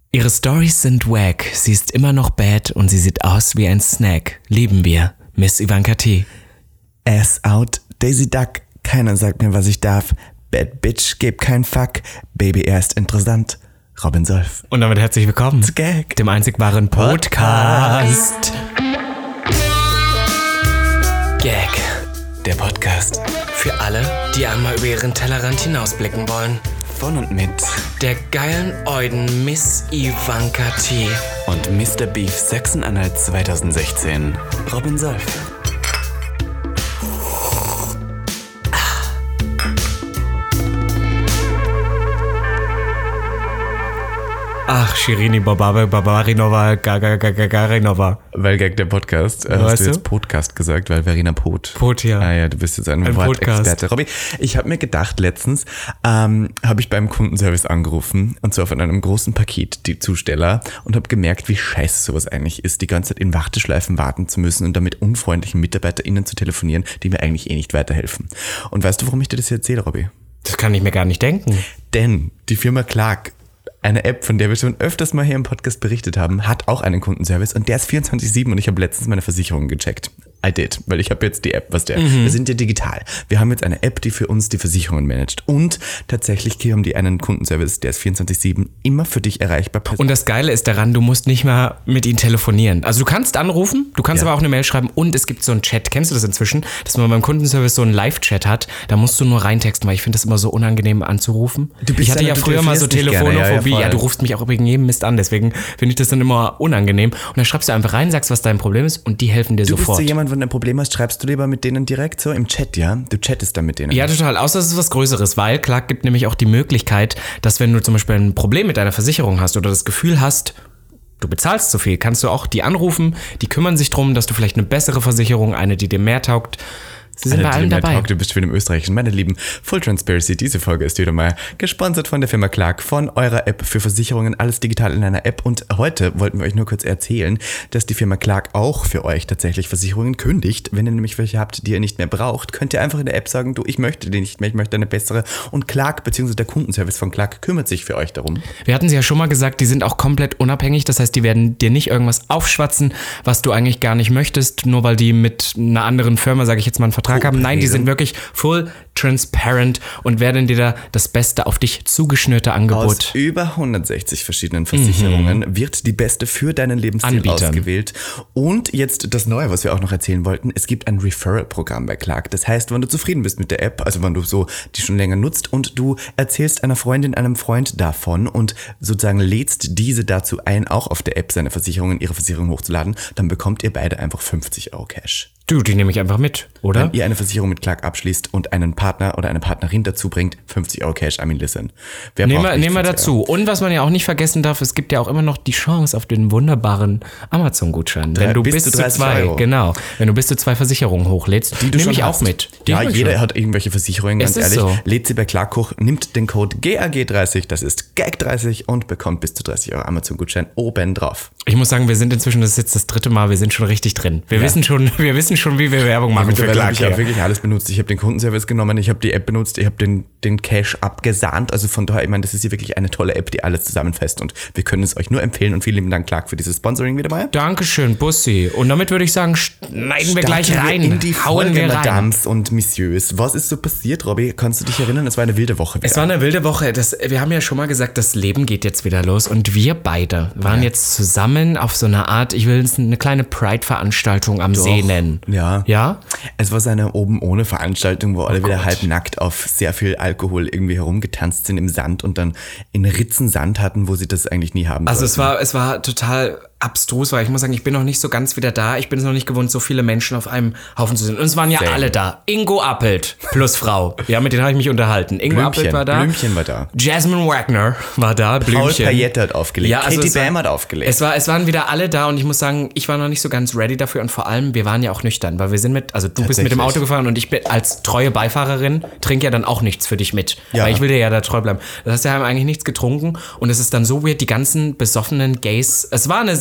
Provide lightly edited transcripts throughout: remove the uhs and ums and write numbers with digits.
Ihre Storys sind wack, sie ist immer noch bad und sie sieht aus wie ein Snack. Lieben wir, Miss Ivanka T. Ass out, Daisy Duck, keiner sagt mir, was ich darf. Bad Bitch, geb kein Fuck, Baby, er ist interessant. Robin Solf. Und damit herzlich willkommen zu Gag, dem einzig wahren Podcast. Gag, der Podcast. Für alle, die einmal über ihren Tellerrand hinausblicken wollen. Von und mit der geilen Euden Miss Ivanka T. und Mr. Beef Sachsen-Anhalt 2016, Robin Solf. Ach, Shirini Babarinova, Gagarinova. Weil Gag der Podcast. Hast du jetzt Podcast gesagt, weil Verena Pot. Pot, ja. Ah ja, du bist jetzt ein Wortexperte. Robby, ich habe mir gedacht, letztens habe ich beim Kundenservice angerufen, und zwar von einem großen Paket, die Zusteller, und habe gemerkt, wie scheiße sowas eigentlich ist, die ganze Zeit in Warteschleifen warten zu müssen und damit unfreundlichen MitarbeiterInnen zu telefonieren, die mir eigentlich nicht weiterhelfen. Und weißt du, warum ich dir das hier erzähle, Robby? Das kann ich mir gar nicht denken. Denn die Firma Clark, eine App, von der wir schon öfters mal hier im Podcast berichtet haben, hat auch einen Kundenservice und der ist 24/7 und ich habe letztens meine Versicherung gecheckt. I did, weil ich habe jetzt die App, wir sind ja digital. Wir haben jetzt eine App, die für uns die Versicherungen managt und tatsächlich haben die einen Kundenservice, der ist 24/7 immer für dich erreichbar. Und das Geile ist daran, du musst nicht mal mit ihnen telefonieren. Also du kannst anrufen, du kannst aber auch eine Mail schreiben und es gibt so einen Chat. Kennst du das inzwischen? Dass man beim Kundenservice so einen Live-Chat hat, da musst du nur reintexten, weil ich finde das immer so unangenehm anzurufen. Ich hatte ja früher mal so Telefonophobie. Ja, du rufst mich auch wegen jedem Mist an, deswegen finde ich das dann immer unangenehm. Und dann schreibst du einfach rein, sagst, was dein Problem ist und die helfen dir sofort. Du bist so jemand, wenn du ein Problem hast, schreibst du lieber mit denen direkt so im Chat, ja? Du chattest dann mit denen. Ja, total. Außer es ist was Größeres, weil Clark gibt nämlich auch die Möglichkeit, dass wenn du zum Beispiel ein Problem mit deiner Versicherung hast oder das Gefühl hast, du bezahlst zu viel, kannst du auch die anrufen, die kümmern sich drum, dass du vielleicht eine bessere Versicherung, eine, die dir mehr taugt. Sie sind bei allem dabei. Du bist für den Österreichischen. Meine Lieben, Full Transparency, diese Folge ist wieder mal gesponsert von der Firma Clark, von eurer App für Versicherungen, alles digital in einer App. Und heute wollten wir euch nur kurz erzählen, dass die Firma Clark auch für euch tatsächlich Versicherungen kündigt. Wenn ihr nämlich welche habt, die ihr nicht mehr braucht, könnt ihr einfach in der App sagen, du, ich möchte die nicht mehr, ich möchte eine bessere. Und Clark, beziehungsweise der Kundenservice von Clark, kümmert sich für euch darum. Wir hatten sie ja schon mal gesagt, die sind auch komplett unabhängig. Das heißt, die werden dir nicht irgendwas aufschwatzen, was du eigentlich gar nicht möchtest, nur weil die mit einer anderen Firma, sage ich jetzt mal, einen Vertrag haben. Nein, die sind wirklich full transparent und werden dir da das beste auf dich zugeschnürte Angebot. Aus über 160 verschiedenen Versicherungen wird die beste für deinen Lebensstil ausgewählt. Und jetzt das Neue, was wir auch noch erzählen wollten, es gibt ein Referral-Programm bei Clark. Das heißt, wenn du zufrieden bist mit der App, also wenn du so die schon länger nutzt und du erzählst einer Freundin, einem Freund davon und sozusagen lädst diese dazu ein, auch auf der App ihre Versicherung hochzuladen, dann bekommt ihr beide einfach 50 € Cash. Du, die nehme ich einfach mit, oder? Wenn ihr eine Versicherung mit Clark abschließt und einen Partner oder eine Partnerin dazu bringt, 50 € Cash, I mean, listen. Nehmen wir dazu. Und was man ja auch nicht vergessen darf, es gibt ja auch immer noch die Chance auf den wunderbaren Amazon-Gutschein. Wenn du bis zu 2, genau, wenn du bis zu 2 Versicherungen hochlädst, die nehme ich auch mit. Ja, jeder hat irgendwelche Versicherungen, ganz ehrlich. So. Lädt sie bei Clark hoch, nimmt den Code GAG30, das ist GAG30 und bekommt bis zu 30 € Amazon-Gutschein oben drauf. Ich muss sagen, wir sind inzwischen, das ist jetzt das 3. Mal, wir sind schon richtig drin. Wir wissen schon, wie wir Werbung machen für Clark. Ich habe wirklich alles benutzt. Ich habe den Kundenservice genommen, ich habe die App benutzt, ich habe den Cash abgesahnt. Also von daher, ich meine, das ist hier wirklich eine tolle App, die alles zusammenfasst und wir können es euch nur empfehlen und vielen lieben Dank, Clark, für dieses Sponsoring wieder mal. Dankeschön, Bussi. Und damit würde ich sagen, schneiden wir gleich rein. In die Folge, Madames und Messieurs. Was ist so passiert, Robby? Kannst du dich erinnern? Es war eine wilde Woche. Es war eine wilde Woche. Wir haben ja schon mal gesagt, das Leben geht jetzt wieder los und wir beide waren jetzt zusammen auf so einer Art, ich will es eine kleine Pride-Veranstaltung am See nennen. Ja. Ja? Es war so eine oben-ohne-Veranstaltung, wo alle wieder halbnackt auf sehr viel Alkohol irgendwie herumgetanzt sind im Sand und dann in Ritzen Sand hatten, wo sie das eigentlich nie haben Also sollten. es war total abstrus, weil ich muss sagen, ich bin noch nicht so ganz wieder da. Ich bin es noch nicht gewohnt, so viele Menschen auf einem Haufen zu sehen. Und es waren ja alle da. Ingo Appelt plus Frau. Ja, mit denen habe ich mich unterhalten. Ingo Appelt war da. Blümchen war da. Jasmine Wagner war da. Blümchen. Paul Payette hat aufgelegt. Ja, also Katie Bam hat aufgelegt. Es waren wieder alle da und ich muss sagen, ich war noch nicht so ganz ready dafür und vor allem, wir waren ja auch nüchtern, weil wir sind du bist mit dem Auto gefahren und ich bin als treue Beifahrerin, trinke ja dann auch nichts für dich mit. Ja. Weil ich will dir ja da treu bleiben. Das heißt, wir haben eigentlich nichts getrunken und es ist dann so weird, die ganzen besoffenen Gays. Es war eine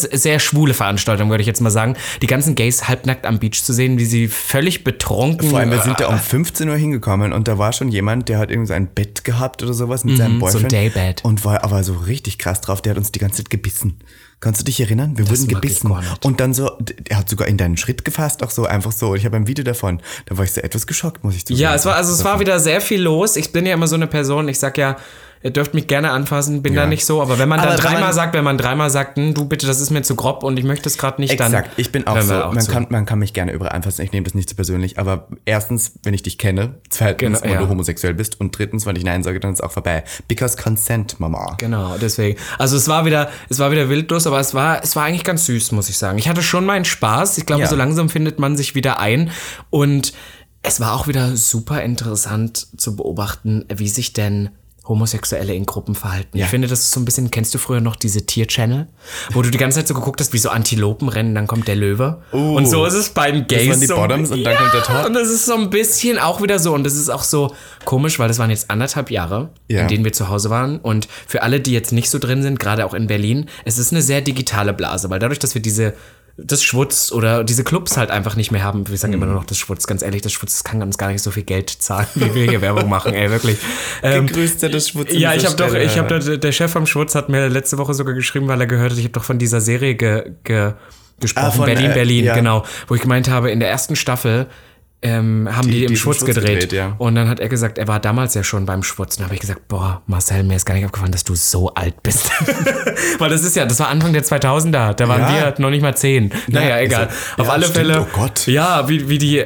sehr schwule Veranstaltung, würde ich jetzt mal sagen. Die ganzen Gays halbnackt am Beach zu sehen, wie sie völlig betrunken... Vor allem, wir sind da um 15 Uhr hingekommen und da war schon jemand, der hat irgendwie so ein Bett gehabt oder sowas mit seinem Boyfriend. So ein Daybed. Und war aber so richtig krass drauf, der hat uns die ganze Zeit gebissen. Kannst du dich erinnern? Wir wurden gebissen. Und dann so, er hat sogar in deinen Schritt gefasst, auch so, einfach so. Ich habe ein Video davon. Da war ich so etwas geschockt, muss ich zugeben. Ja, es war wieder sehr viel los. Ich bin ja immer so eine Person, ich sag ja, ihr dürft mich gerne anfassen, bin da nicht so, aber wenn man dann dreimal sagt, du bitte, das ist mir zu grob und ich möchte es gerade nicht, dann... Exakt, ich bin auch so, man kann mich gerne überall anfassen, ich nehme das nicht so persönlich, aber erstens, wenn ich dich kenne, zweitens, wenn du homosexuell bist und drittens, wenn ich Nein sage, dann ist es auch vorbei. Because consent, Mama. Genau, deswegen. Also es war wieder wildlos, aber es war eigentlich ganz süß, muss ich sagen. Ich hatte schon meinen Spaß, ich glaube, so langsam findet man sich wieder ein und es war auch wieder super interessant zu beobachten, wie sich denn Homosexuelle in Gruppen verhalten. Ja. Ich finde, das ist so ein bisschen, kennst du früher noch diese Tier-Channel, wo du die ganze Zeit so geguckt hast, wie so Antilopen rennen, dann kommt der Löwe. Und so ist es bei den Gays. Das waren die Bottoms und dann kommt der Top. Und das ist so ein bisschen auch wieder so. Und das ist auch so komisch, weil das waren jetzt 1,5 Jahre, in denen wir zu Hause waren. Und für alle, die jetzt nicht so drin sind, gerade auch in Berlin, es ist eine sehr digitale Blase, weil dadurch, dass wir das Schwutz oder diese Clubs halt einfach nicht mehr haben. Wir sagen immer nur noch das Schwutz, ganz ehrlich, das Schwutz kann uns gar nicht so viel Geld zahlen, wie wir hier Werbung machen, ey, wirklich. Gegrüßt das Schwutz. Ja, der Chef vom Schwutz hat mir letzte Woche sogar geschrieben, weil er gehört hat, ich habe doch von dieser Serie gesprochen, Berlin, genau, wo ich gemeint habe, in der ersten Staffel haben die im Schwutz gedreht. Ja. Und dann hat er gesagt, er war damals ja schon beim Schwutz. Und dann habe ich gesagt, boah, Marcel, mir ist gar nicht aufgefallen, dass du so alt bist. Weil das war Anfang der 2000er. Da waren wir noch nicht mal 10. Naja, egal. Auf alle Fälle. Oh Gott. Ja, wie die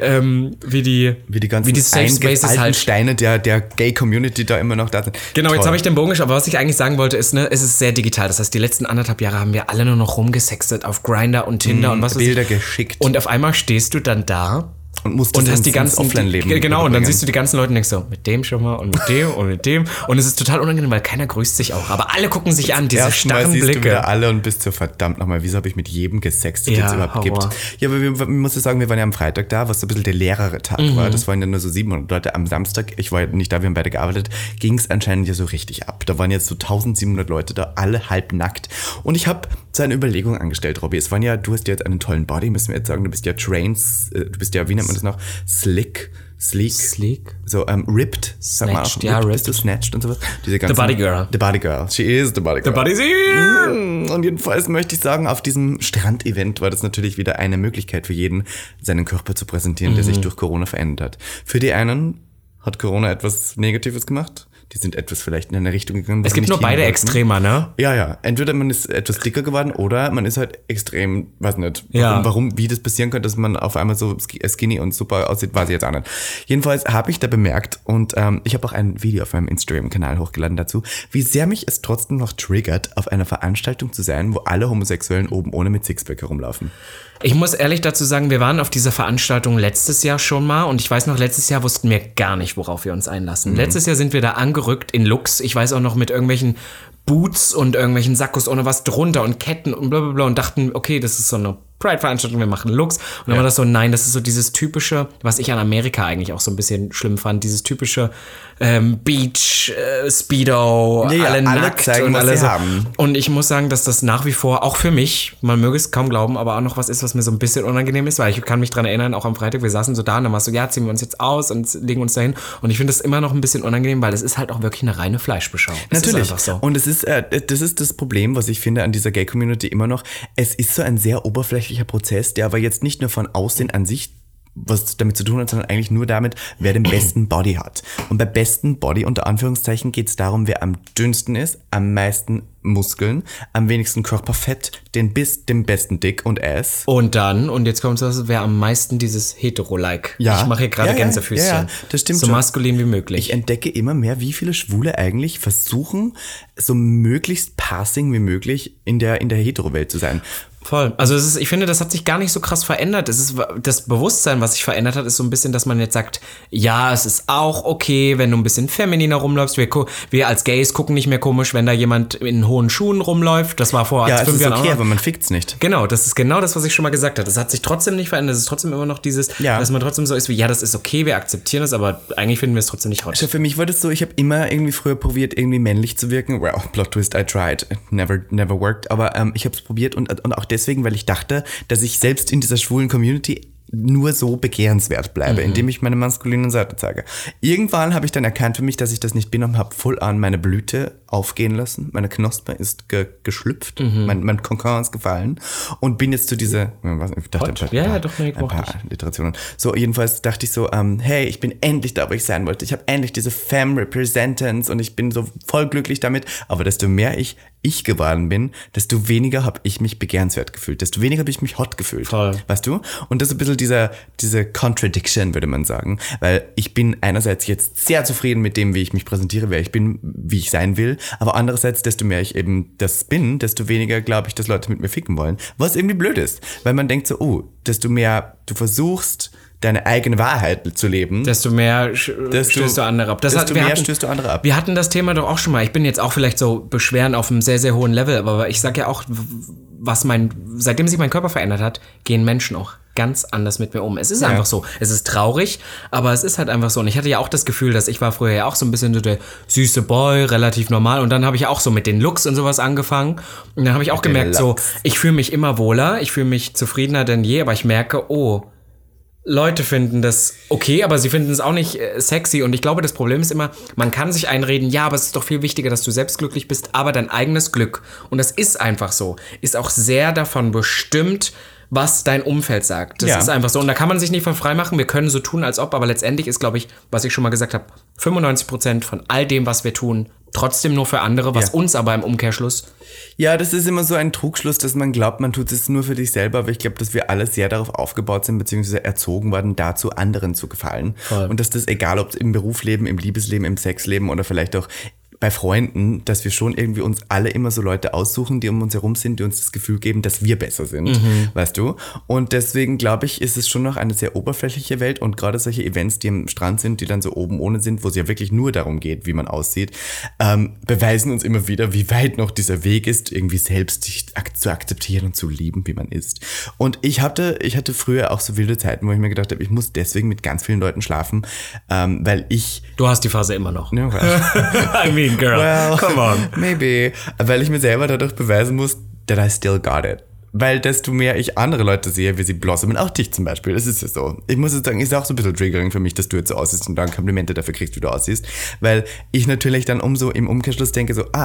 ganzen Safe Spaces halt. Steine der Gay-Community da immer noch da sind. Genau, toll. Jetzt habe ich den Bogen geschafft. Aber was ich eigentlich sagen wollte, ist, es ist sehr digital. Das heißt, die letzten 1,5 Jahre haben wir alle nur noch rumgesextet auf Grindr und Tinder und was weiß ich. Bilder geschickt. Und auf einmal stehst du dann da und musst das hast die ganzen Offline-Leben. Genau, und dann siehst du die ganzen Leute und denkst so, mit dem schon mal und mit dem und mit dem. Und es ist total unangenehm, weil keiner grüßt sich auch. Aber alle gucken sich an, diese starren Blicke. Siehst du wieder alle und bist so, verdammt nochmal, wieso habe ich mit jedem gesextet, den es überhaupt gibt. Ja, aber wir muss sagen, wir waren ja am Freitag da, was so ein bisschen der leerere Tag war. Das waren ja nur so 700 Leute. Am Samstag, ich war ja nicht da, wir haben beide gearbeitet, ging es anscheinend ja so richtig ab. Da waren jetzt so 1700 Leute da, alle halbnackt. Und ich habe so eine Überlegung angestellt, Robby. Du hast ja jetzt einen tollen Body, müssen wir jetzt sagen. Du bist ja du bist ja, wie nennt man das noch? Sleek. So, ripped. Sag mal auch, ripped. Bist du snatched und sowas? The Body Girl. The Body Girl. She is the Body Girl. The Body's here. Und jedenfalls möchte ich sagen, auf diesem Strandevent war das natürlich wieder eine Möglichkeit für jeden, seinen Körper zu präsentieren, der sich durch Corona verändert hat. Für die einen hat Corona etwas Negatives gemacht. Die sind etwas vielleicht in eine Richtung gegangen. Es gibt nur beide Extremer, ne? Ja. Entweder man ist etwas dicker geworden oder man ist halt extrem, weiß nicht, wie das passieren könnte, dass man auf einmal so skinny und super aussieht, weiß ich jetzt auch nicht. Jedenfalls habe ich da bemerkt und ich habe auch ein Video auf meinem Instagram-Kanal hochgeladen dazu, wie sehr mich es trotzdem noch triggert, auf einer Veranstaltung zu sein, wo alle Homosexuellen oben ohne mit Sixpack herumlaufen. Ich muss ehrlich dazu sagen, wir waren auf dieser Veranstaltung letztes Jahr schon mal und ich weiß noch, letztes Jahr wussten wir gar nicht, worauf wir uns einlassen. Letztes Jahr sind wir da angerückt in Lux, ich weiß auch noch mit irgendwelchen Boots und irgendwelchen Sakkos ohne was drunter und Ketten und blablabla und dachten, okay, das ist so eine Pride-Veranstaltung, wir machen Lux. Und dann war das so, nein, das ist so dieses typische, was ich an Amerika eigentlich auch so ein bisschen schlimm fand, dieses typische Beach, Speedo, alle nackt zeigen, und alle so. Haben. Und ich muss sagen, dass das nach wie vor, auch für mich, man möge es kaum glauben, aber auch noch was ist, was mir so ein bisschen unangenehm ist, weil ich kann mich dran erinnern, auch am Freitag, wir saßen so da und dann war es so, ja, ziehen wir uns jetzt aus und legen uns dahin. Und ich finde das immer noch ein bisschen unangenehm, weil es ist halt auch wirklich eine reine Fleischbeschau. Natürlich. Ist einfach so. Und das ist das Problem, was ich finde an dieser Gay-Community immer noch. Es ist so ein sehr oberflächlicher Prozess, der aber jetzt nicht nur von Aussehen an sich was damit zu tun hat, sondern eigentlich nur damit, wer den besten Body hat. Und bei besten Body, unter Anführungszeichen, geht es darum, wer am dünnsten ist, am meisten Muskeln, am wenigsten Körperfett, den besten Dick und Ass. Und jetzt kommt es, wer am meisten dieses Hetero-like. Ja. Ich mache hier gerade Gänsefüßchen. Ja, das stimmt so schon. maskulin wie möglich. Ich entdecke immer mehr, wie viele Schwule eigentlich versuchen, so möglichst passing wie möglich in der Hetero-Welt zu sein. Voll. Also ich finde, das hat sich gar nicht so krass verändert. Das Bewusstsein, was sich verändert hat, ist so ein bisschen, dass man jetzt sagt, ja, es ist auch okay, wenn du ein bisschen femininer rumläufst. Wir als Gays gucken nicht mehr komisch, wenn da jemand in hohen Schuhen rumläuft. Das war vor 5 Jahren auch. Ja, es ist okay, aber man fickt's nicht. Genau, das ist genau das, was ich schon mal gesagt habe. Das hat sich trotzdem nicht verändert. Es ist trotzdem immer noch dieses, dass man trotzdem so ist wie, ja, das ist okay, wir akzeptieren es, aber eigentlich finden wir es trotzdem nicht hot. Also für mich war das so, ich habe immer irgendwie früher probiert, irgendwie männlich zu wirken. Well, Plot Twist, I tried. Never worked. Aber ich habe es probiert und auch deswegen, weil ich dachte, dass ich selbst in dieser schwulen Community nur so begehrenswert bleibe, indem ich meine maskulinen Seite zeige. Irgendwann habe ich dann erkannt für mich, dass ich das nicht bin und habe voll an meine Blüte aufgehen lassen. Meine Knospe ist geschlüpft, mein Kokon ist gefallen und bin jetzt zu dieser, ich dachte, ein paar Literationen. So, jedenfalls dachte ich so, hey, ich bin endlich da, wo ich sein wollte. Ich habe endlich diese Femme Representance und ich bin so voll glücklich damit. Aber desto mehr ich geworden bin, desto weniger habe ich mich begehrenswert gefühlt, desto weniger habe ich mich hot gefühlt. Voll. Weißt du? Und das ist ein bisschen diese Contradiction, würde man sagen. Weil ich bin einerseits jetzt sehr zufrieden mit dem, wie ich mich präsentiere, wer ich bin, wie ich sein will. Aber andererseits, desto mehr ich eben das bin, desto weniger glaube ich, dass Leute mit mir ficken wollen. Was irgendwie blöd ist. Weil man denkt so, desto mehr du versuchst, deine eigene Wahrheit zu leben, desto mehr stößt du andere ab. Stößt du andere ab. Wir hatten das Thema doch auch schon mal. Ich bin jetzt auch vielleicht so beschweren auf einem sehr, sehr hohen Level, aber ich sag ja auch, seitdem sich mein Körper verändert hat, gehen Menschen auch ganz anders mit mir um. Es ist einfach so. Es ist traurig, aber es ist halt einfach so. Und ich hatte ja auch das Gefühl, dass ich war früher ja auch so ein bisschen so der süße Boy, relativ normal. Und dann habe ich auch so mit den Looks und sowas angefangen. Und dann habe ich auch gemerkt, so, ich fühle mich immer wohler, ich fühle mich zufriedener denn je, aber ich merke, Leute finden das okay, aber sie finden es auch nicht sexy. Und ich glaube, das Problem ist immer, man kann sich einreden, ja, aber es ist doch viel wichtiger, dass du selbst glücklich bist, aber dein eigenes Glück, und das ist einfach so, ist auch sehr davon bestimmt, was dein Umfeld sagt. Das ist einfach so. Und da kann man sich nicht von frei machen. Wir können so tun, als ob, aber letztendlich ist, glaube ich, was ich schon mal gesagt habe, 95% von all dem, was wir tun, trotzdem nur für andere, was uns aber im Umkehrschluss... Ja, das ist immer so ein Trugschluss, dass man glaubt, man tut es nur für dich selber, aber ich glaube, dass wir alle sehr darauf aufgebaut sind, beziehungsweise erzogen worden, dazu anderen zu gefallen. Voll. Und dass das, egal ob im Berufsleben, im Liebesleben, im Sexleben oder vielleicht auch bei Freunden, dass wir schon irgendwie uns alle immer so Leute aussuchen, die um uns herum sind, die uns das Gefühl geben, dass wir besser sind, weißt du? Und deswegen, glaube ich, ist es schon noch eine sehr oberflächliche Welt, und gerade solche Events, die am Strand sind, die dann so oben ohne sind, wo es ja wirklich nur darum geht, wie man aussieht, beweisen uns immer wieder, wie weit noch dieser Weg ist, irgendwie selbst sich zu akzeptieren und zu lieben, wie man ist. Und ich hatte früher auch so wilde Zeiten, wo ich mir gedacht habe, ich muss deswegen mit ganz vielen Leuten schlafen, weil ich... Du hast die Phase immer noch. Ja, I mean, girl, well, come on. Maybe. Weil ich mir selber dadurch beweisen muss, that I still got it. Weil desto mehr ich andere Leute sehe, wie sie blossomen, auch dich zum Beispiel, das ist ja so. Ich muss jetzt sagen, ist auch so ein bisschen triggering für mich, dass du jetzt so aussiehst und dann Komplimente dafür kriegst, wie du aussiehst. Weil ich natürlich dann umso im Umkehrschluss denke so,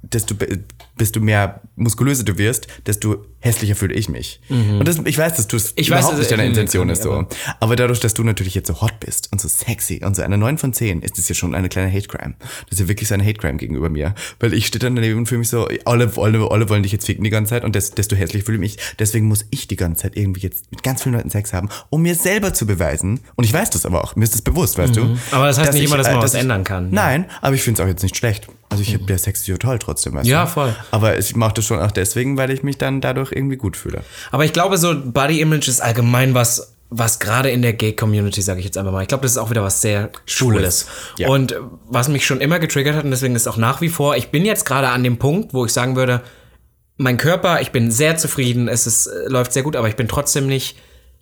desto mehr muskulöser du wirst, desto hässlicher fühle ich mich. Und das, ich weiß, dass du es überhaupt nicht deine Intention ist so. Aber dadurch, dass du natürlich jetzt so hot bist und so sexy und so eine 9 von 10, ist das ja schon eine kleine Hate-Crime. Das ist ja wirklich so eine Hate-Crime gegenüber mir. Weil ich stehe dann daneben und fühle mich so, alle wollen dich jetzt ficken die ganze Zeit, und desto hässlicher fühle ich mich. Deswegen muss ich die ganze Zeit irgendwie jetzt mit ganz vielen Leuten Sex haben, um mir selber zu beweisen. Und ich weiß das aber auch. Mir ist das bewusst, weißt du. Aber das heißt nicht immer, dass man was ändern kann. Nein, aber ich finde es auch jetzt nicht schlecht. Also ich habe der Sex ist toll trotzdem, weißt du? Ja, voll. Aber ich mache das schon auch deswegen, weil ich mich dann dadurch irgendwie gut fühle. Aber ich glaube, so Body Image ist allgemein was gerade in der Gay-Community, sage ich jetzt einfach mal, ich glaube, das ist auch wieder was sehr Schwules. Ja. Und was mich schon immer getriggert hat, und deswegen ist auch nach wie vor, ich bin jetzt gerade an dem Punkt, wo ich sagen würde, mein Körper, ich bin sehr zufrieden, läuft sehr gut, aber ich bin trotzdem nicht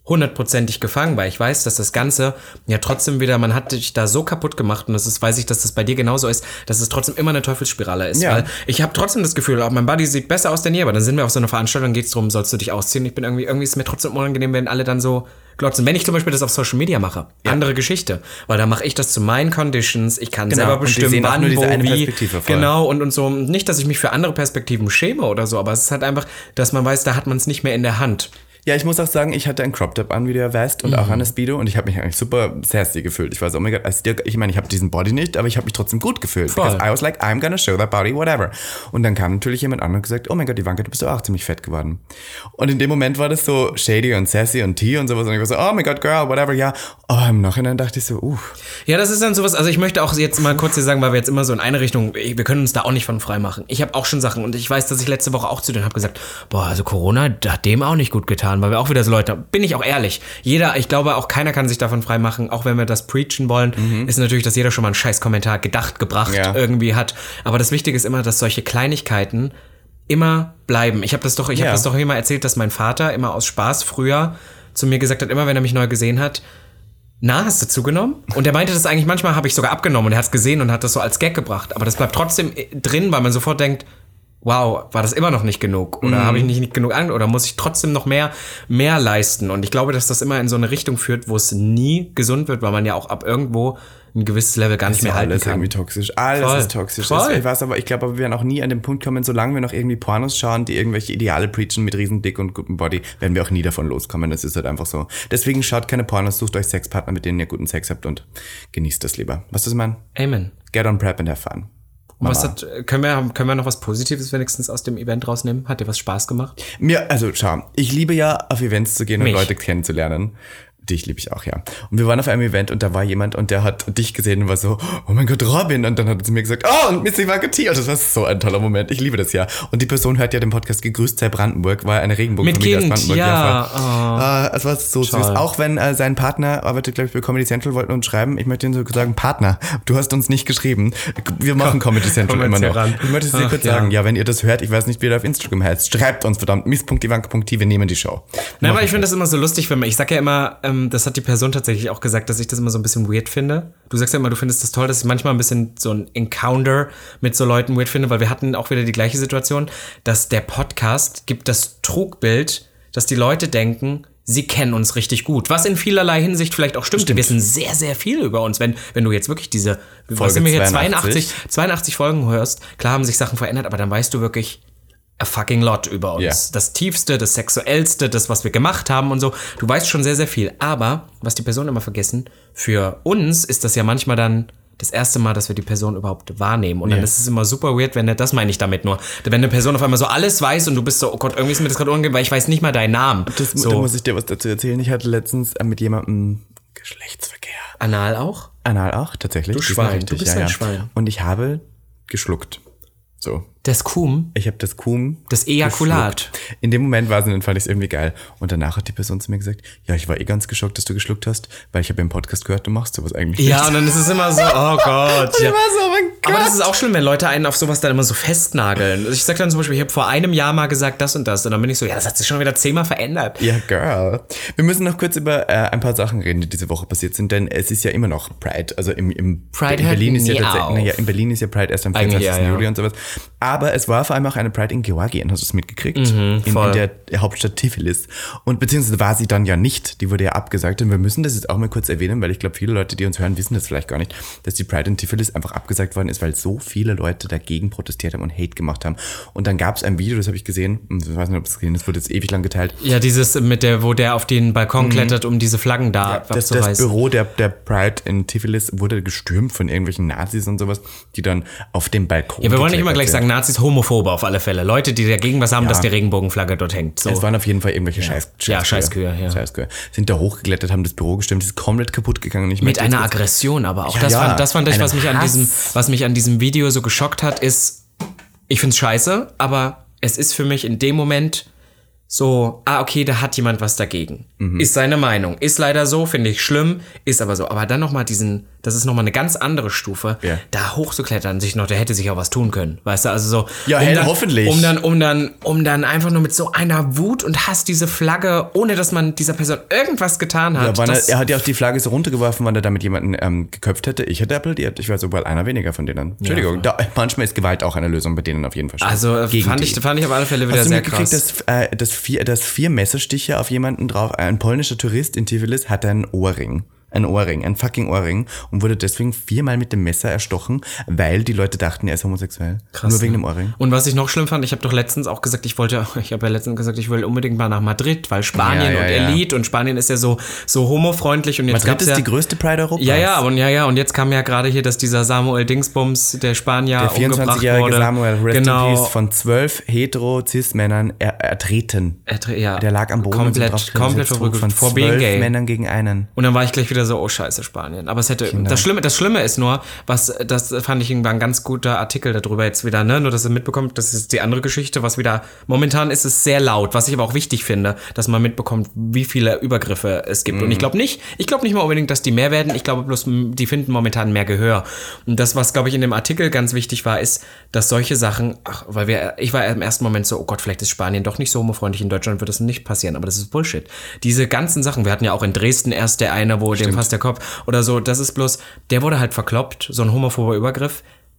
100%ig gefangen, weil ich weiß, dass das Ganze ja trotzdem wieder, man hat dich da so kaputt gemacht, und weiß ich, dass das bei dir genauso ist, dass es trotzdem immer eine Teufelsspirale ist, weil ich habe trotzdem das Gefühl, auch mein Body sieht besser aus denn je, aber dann sind wir auf so einer Veranstaltung, geht es darum, sollst du dich ausziehen, ich bin irgendwie ist es mir trotzdem unangenehm, wenn alle dann so glotzen. Wenn ich zum Beispiel das auf Social Media mache, andere Geschichte, weil da mache ich das zu meinen Conditions, ich kann selber bestimmen, wann, wo, wie, genau, und so, nicht, dass ich mich für andere Perspektiven schäme oder so, aber es ist halt einfach, dass man weiß, da hat man es nicht mehr in der Hand. Ja, ich muss auch sagen, ich hatte ein Crop-Top an, wie du ja weißt, und auch eine Speedo, und ich habe mich eigentlich super sassy gefühlt. Ich war so, oh mein Gott, ich meine, ich habe diesen Body nicht, aber ich habe mich trotzdem gut gefühlt. Voll. Because I was like, I'm gonna show that body, whatever. Und dann kam natürlich jemand an und gesagt, oh mein Gott, Ivanka, du bist doch auch ziemlich fett geworden. Und in dem Moment war das so shady und sassy und tea und sowas, und ich war so, oh mein Gott, girl, whatever, ja. Aber im Nachhinein dachte ich so, Ja, das ist dann sowas, also ich möchte auch jetzt mal kurz hier sagen, weil wir jetzt immer so in eine Richtung, wir können uns da auch nicht von frei machen. Ich habe auch schon Sachen, und ich weiß, dass ich letzte Woche auch zu denen habe gesagt, also Corona hat dem auch nicht gut getan, weil wir auch wieder so Leute, bin ich auch ehrlich, ich glaube auch keiner kann sich davon frei machen, auch wenn wir das preachen wollen, ist natürlich, dass jeder schon mal einen scheiß Kommentar gebracht irgendwie hat, aber das Wichtige ist immer, dass solche Kleinigkeiten immer bleiben. Ich habe das doch immer erzählt, dass mein Vater immer aus Spaß früher zu mir gesagt hat, immer wenn er mich neu gesehen hat, na, hast du zugenommen? Und er meinte das eigentlich, manchmal habe ich sogar abgenommen, und er hat es gesehen und hat das so als Gag gebracht, aber das bleibt trotzdem drin, weil man sofort denkt, wow, war das immer noch nicht genug? Oder habe ich nicht genug oder muss ich trotzdem noch mehr leisten? Und ich glaube, dass das immer in so eine Richtung führt, wo es nie gesund wird, weil man ja auch ab irgendwo ein gewisses Level gar nicht mehr halten kann. Alles irgendwie toxisch. Alles ist toxisch. Voll. Ich glaube aber, wir werden auch nie an den Punkt kommen, solange wir noch irgendwie Pornos schauen, die irgendwelche Ideale preachen mit riesen Dick und gutem Body, werden wir auch nie davon loskommen. Das ist halt einfach so. Deswegen schaut keine Pornos, sucht euch Sexpartner, mit denen ihr guten Sex habt und genießt das lieber. Was ist mein? Amen. Get on prep and have fun. Können wir noch was Positives wenigstens aus dem Event rausnehmen? Hat dir was Spaß gemacht? Schau, ich liebe ja, auf Events zu gehen und Leute kennenzulernen. Dich liebe ich auch, ja. Und wir waren auf einem Event und da war jemand und der hat dich gesehen und war so, oh mein Gott, Robin. Und dann hat er zu mir gesagt, oh, und Missy Vacuti. Und das war so ein toller Moment. Ich liebe das ja. Und die Person hört ja den Podcast Gegrüßt sei Brandenburg, war eine Regenbogenfamilie aus Brandenburg. Ja. Es war so süß. Auch wenn sein Partner arbeitet, glaube ich, bei Comedy Central, wollten uns schreiben. Ich möchte Ihnen so sagen, Partner, du hast uns nicht geschrieben. Wir machen Comedy Central immer noch. Ich möchte es dir kurz sagen, ja, wenn ihr das hört, ich weiß nicht, wie ihr auf Instagram heißt, schreibt uns verdammt, miss.ivanka.t, wir nehmen die Show. Nein, aber ich finde das immer so lustig, wenn ich sage ja immer, das hat die Person tatsächlich auch gesagt, dass ich das immer so ein bisschen weird finde. Du sagst ja immer, du findest das toll, dass ich manchmal ein bisschen so ein Encounter mit so Leuten weird finde, weil wir hatten auch wieder die gleiche Situation, dass der Podcast gibt das Trugbild, dass die Leute denken, sie kennen uns richtig gut. Was in vielerlei Hinsicht vielleicht auch stimmt. Wir wissen sehr, sehr viel über uns. Wenn du jetzt wirklich diese Folge 82 Folgen hörst, klar haben sich Sachen verändert, aber dann weißt du wirklich a fucking lot über uns. Yeah. Das Tiefste, das Sexuellste, das, was wir gemacht haben und so. Du weißt schon sehr, sehr viel. Aber, was die Personen immer vergessen, für uns ist das ja manchmal dann das erste Mal, dass wir die Person überhaupt wahrnehmen. Und dann ist es immer super weird, das meine ich damit nur. Wenn eine Person auf einmal so alles weiß und du bist so, oh Gott, irgendwie ist mir das gerade unangenehm, weil ich weiß nicht mal deinen Namen. Da muss ich dir was dazu erzählen. Ich hatte letztens mit jemandem Geschlechtsverkehr. Anal auch? Anal auch, tatsächlich. Du Schwein, du bist ein Schwein. Und ich habe geschluckt. So. Das Kum? Ich habe das Kum. Das Ejakulat. Geschluckt. In dem Moment war es und dann fand ich es irgendwie geil. Und danach hat die Person zu mir gesagt, ja, ich war ganz geschockt, dass du geschluckt hast, weil ich habe im Podcast gehört, du machst sowas eigentlich nicht. Ja, und dann ist es immer so, oh Gott. Ja. So, mein Gott. Aber das ist auch schlimm, wenn Leute einen auf sowas dann immer so festnageln. Ich sag dann zum Beispiel, ich habe vor einem Jahr mal gesagt das und das. Und dann bin ich so, ja, das hat sich schon wieder 10-mal verändert. Ja, girl. Wir müssen noch kurz über ein paar Sachen reden, die diese Woche passiert sind, denn es ist ja immer noch Pride. Also Pride in Berlin ist in Berlin ist ja Pride erst am 24. Juli und sowas. Aber es war vor allem auch eine Pride in Georgien, hast du es mitgekriegt? In der Hauptstadt Tiflis. Und beziehungsweise war sie dann ja nicht, die wurde ja abgesagt. Und wir müssen das jetzt auch mal kurz erwähnen, weil ich glaube, viele Leute, die uns hören, wissen das vielleicht gar nicht, dass die Pride in Tiflis einfach abgesagt worden ist, weil so viele Leute dagegen protestiert haben und Hate gemacht haben. Und dann gab es ein Video, das habe ich gesehen, ich weiß nicht, ob es gesehen ist, wurde jetzt ewig lang geteilt. Ja, dieses wo der auf den Balkon klettert, um diese Flaggen da abzureißen. Das Büro der Pride in Tiflis wurde gestürmt von irgendwelchen Nazis und sowas, die dann auf dem Balkon Ja, wir wollen nicht immer gleich sagen, Nazis, Homophobe auf alle Fälle. Leute, die dagegen was haben, dass die Regenbogenflagge dort hängt. So. Es waren auf jeden Fall irgendwelche Scheißkühe. Scheißkühe. Sind da hochgeklettert, haben das Büro gestürmt, ist komplett kaputt gegangen. Mit einer Aggression aber auch. Das fand ich, was mich an diesem Video so geschockt hat, ist, ich find's scheiße, aber es ist für mich in dem Moment so, okay, da hat jemand was dagegen. Ist seine Meinung. Ist leider so, finde ich schlimm, ist aber so. Aber dann nochmal das ist nochmal eine ganz andere Stufe, da hochzuklettern, da hätte sich auch was tun können. Weißt du, also so. Ja, hoffentlich. Um dann einfach nur mit so einer Wut und Hass diese Flagge, ohne dass man dieser Person irgendwas getan hat. Ja, er hat ja auch die Flagge so runtergeworfen, weil er damit jemanden geköpft hätte. Ich hätte applaudiert. Ich war so bald einer weniger von denen. Entschuldigung, manchmal ist Gewalt auch eine Lösung bei denen auf jeden Fall. Also fand ich auf alle Fälle wieder sehr krass. Dass 4 Messerstiche auf jemanden drauf. Ein polnischer Tourist in Tiflis hatte einen Ohrring. Ein fucking Ohrring und wurde deswegen 4-mal mit dem Messer erstochen, weil die Leute dachten, er ist homosexuell. Krass, nur wegen dem Ohrring. Und was ich noch schlimm fand, ich habe letztens gesagt, ich will unbedingt mal nach Madrid, weil Spanien und Elite und Spanien ist ja so homofreundlich und jetzt Madrid ist die größte Pride Europas. Und jetzt kam ja gerade hier, dass dieser Samuel Dingsbums, der Spanier, der umgebracht wurde. Der 24-jährige Samuel, rest in peace, von 12 hetero-cis-Männern ertreten. Der lag am Boden komplett verrückt von 12 Männern gegen einen. Und dann war ich gleich wieder so, oh scheiße, Spanien. Aber das Schlimme ist nur, das fand ich irgendwann ein ganz guter Artikel darüber jetzt wieder, ne? Nur, dass ihr mitbekommt, das ist die andere Geschichte, momentan ist es sehr laut, was ich aber auch wichtig finde, dass man mitbekommt, wie viele Übergriffe es gibt. Und ich glaube nicht mal unbedingt, dass die mehr werden, ich glaube bloß, die finden momentan mehr Gehör. Und das, was, glaube ich, in dem Artikel ganz wichtig war, ist, dass solche Sachen, ich war im ersten Moment so, oh Gott, vielleicht ist Spanien doch nicht so homofreundlich, in Deutschland wird das nicht passieren, aber das ist Bullshit. Diese ganzen Sachen, wir hatten ja auch in Dresden erst dem fast der Kopf oder so, das ist bloß, der wurde halt verkloppt, so ein homophober Übergriff.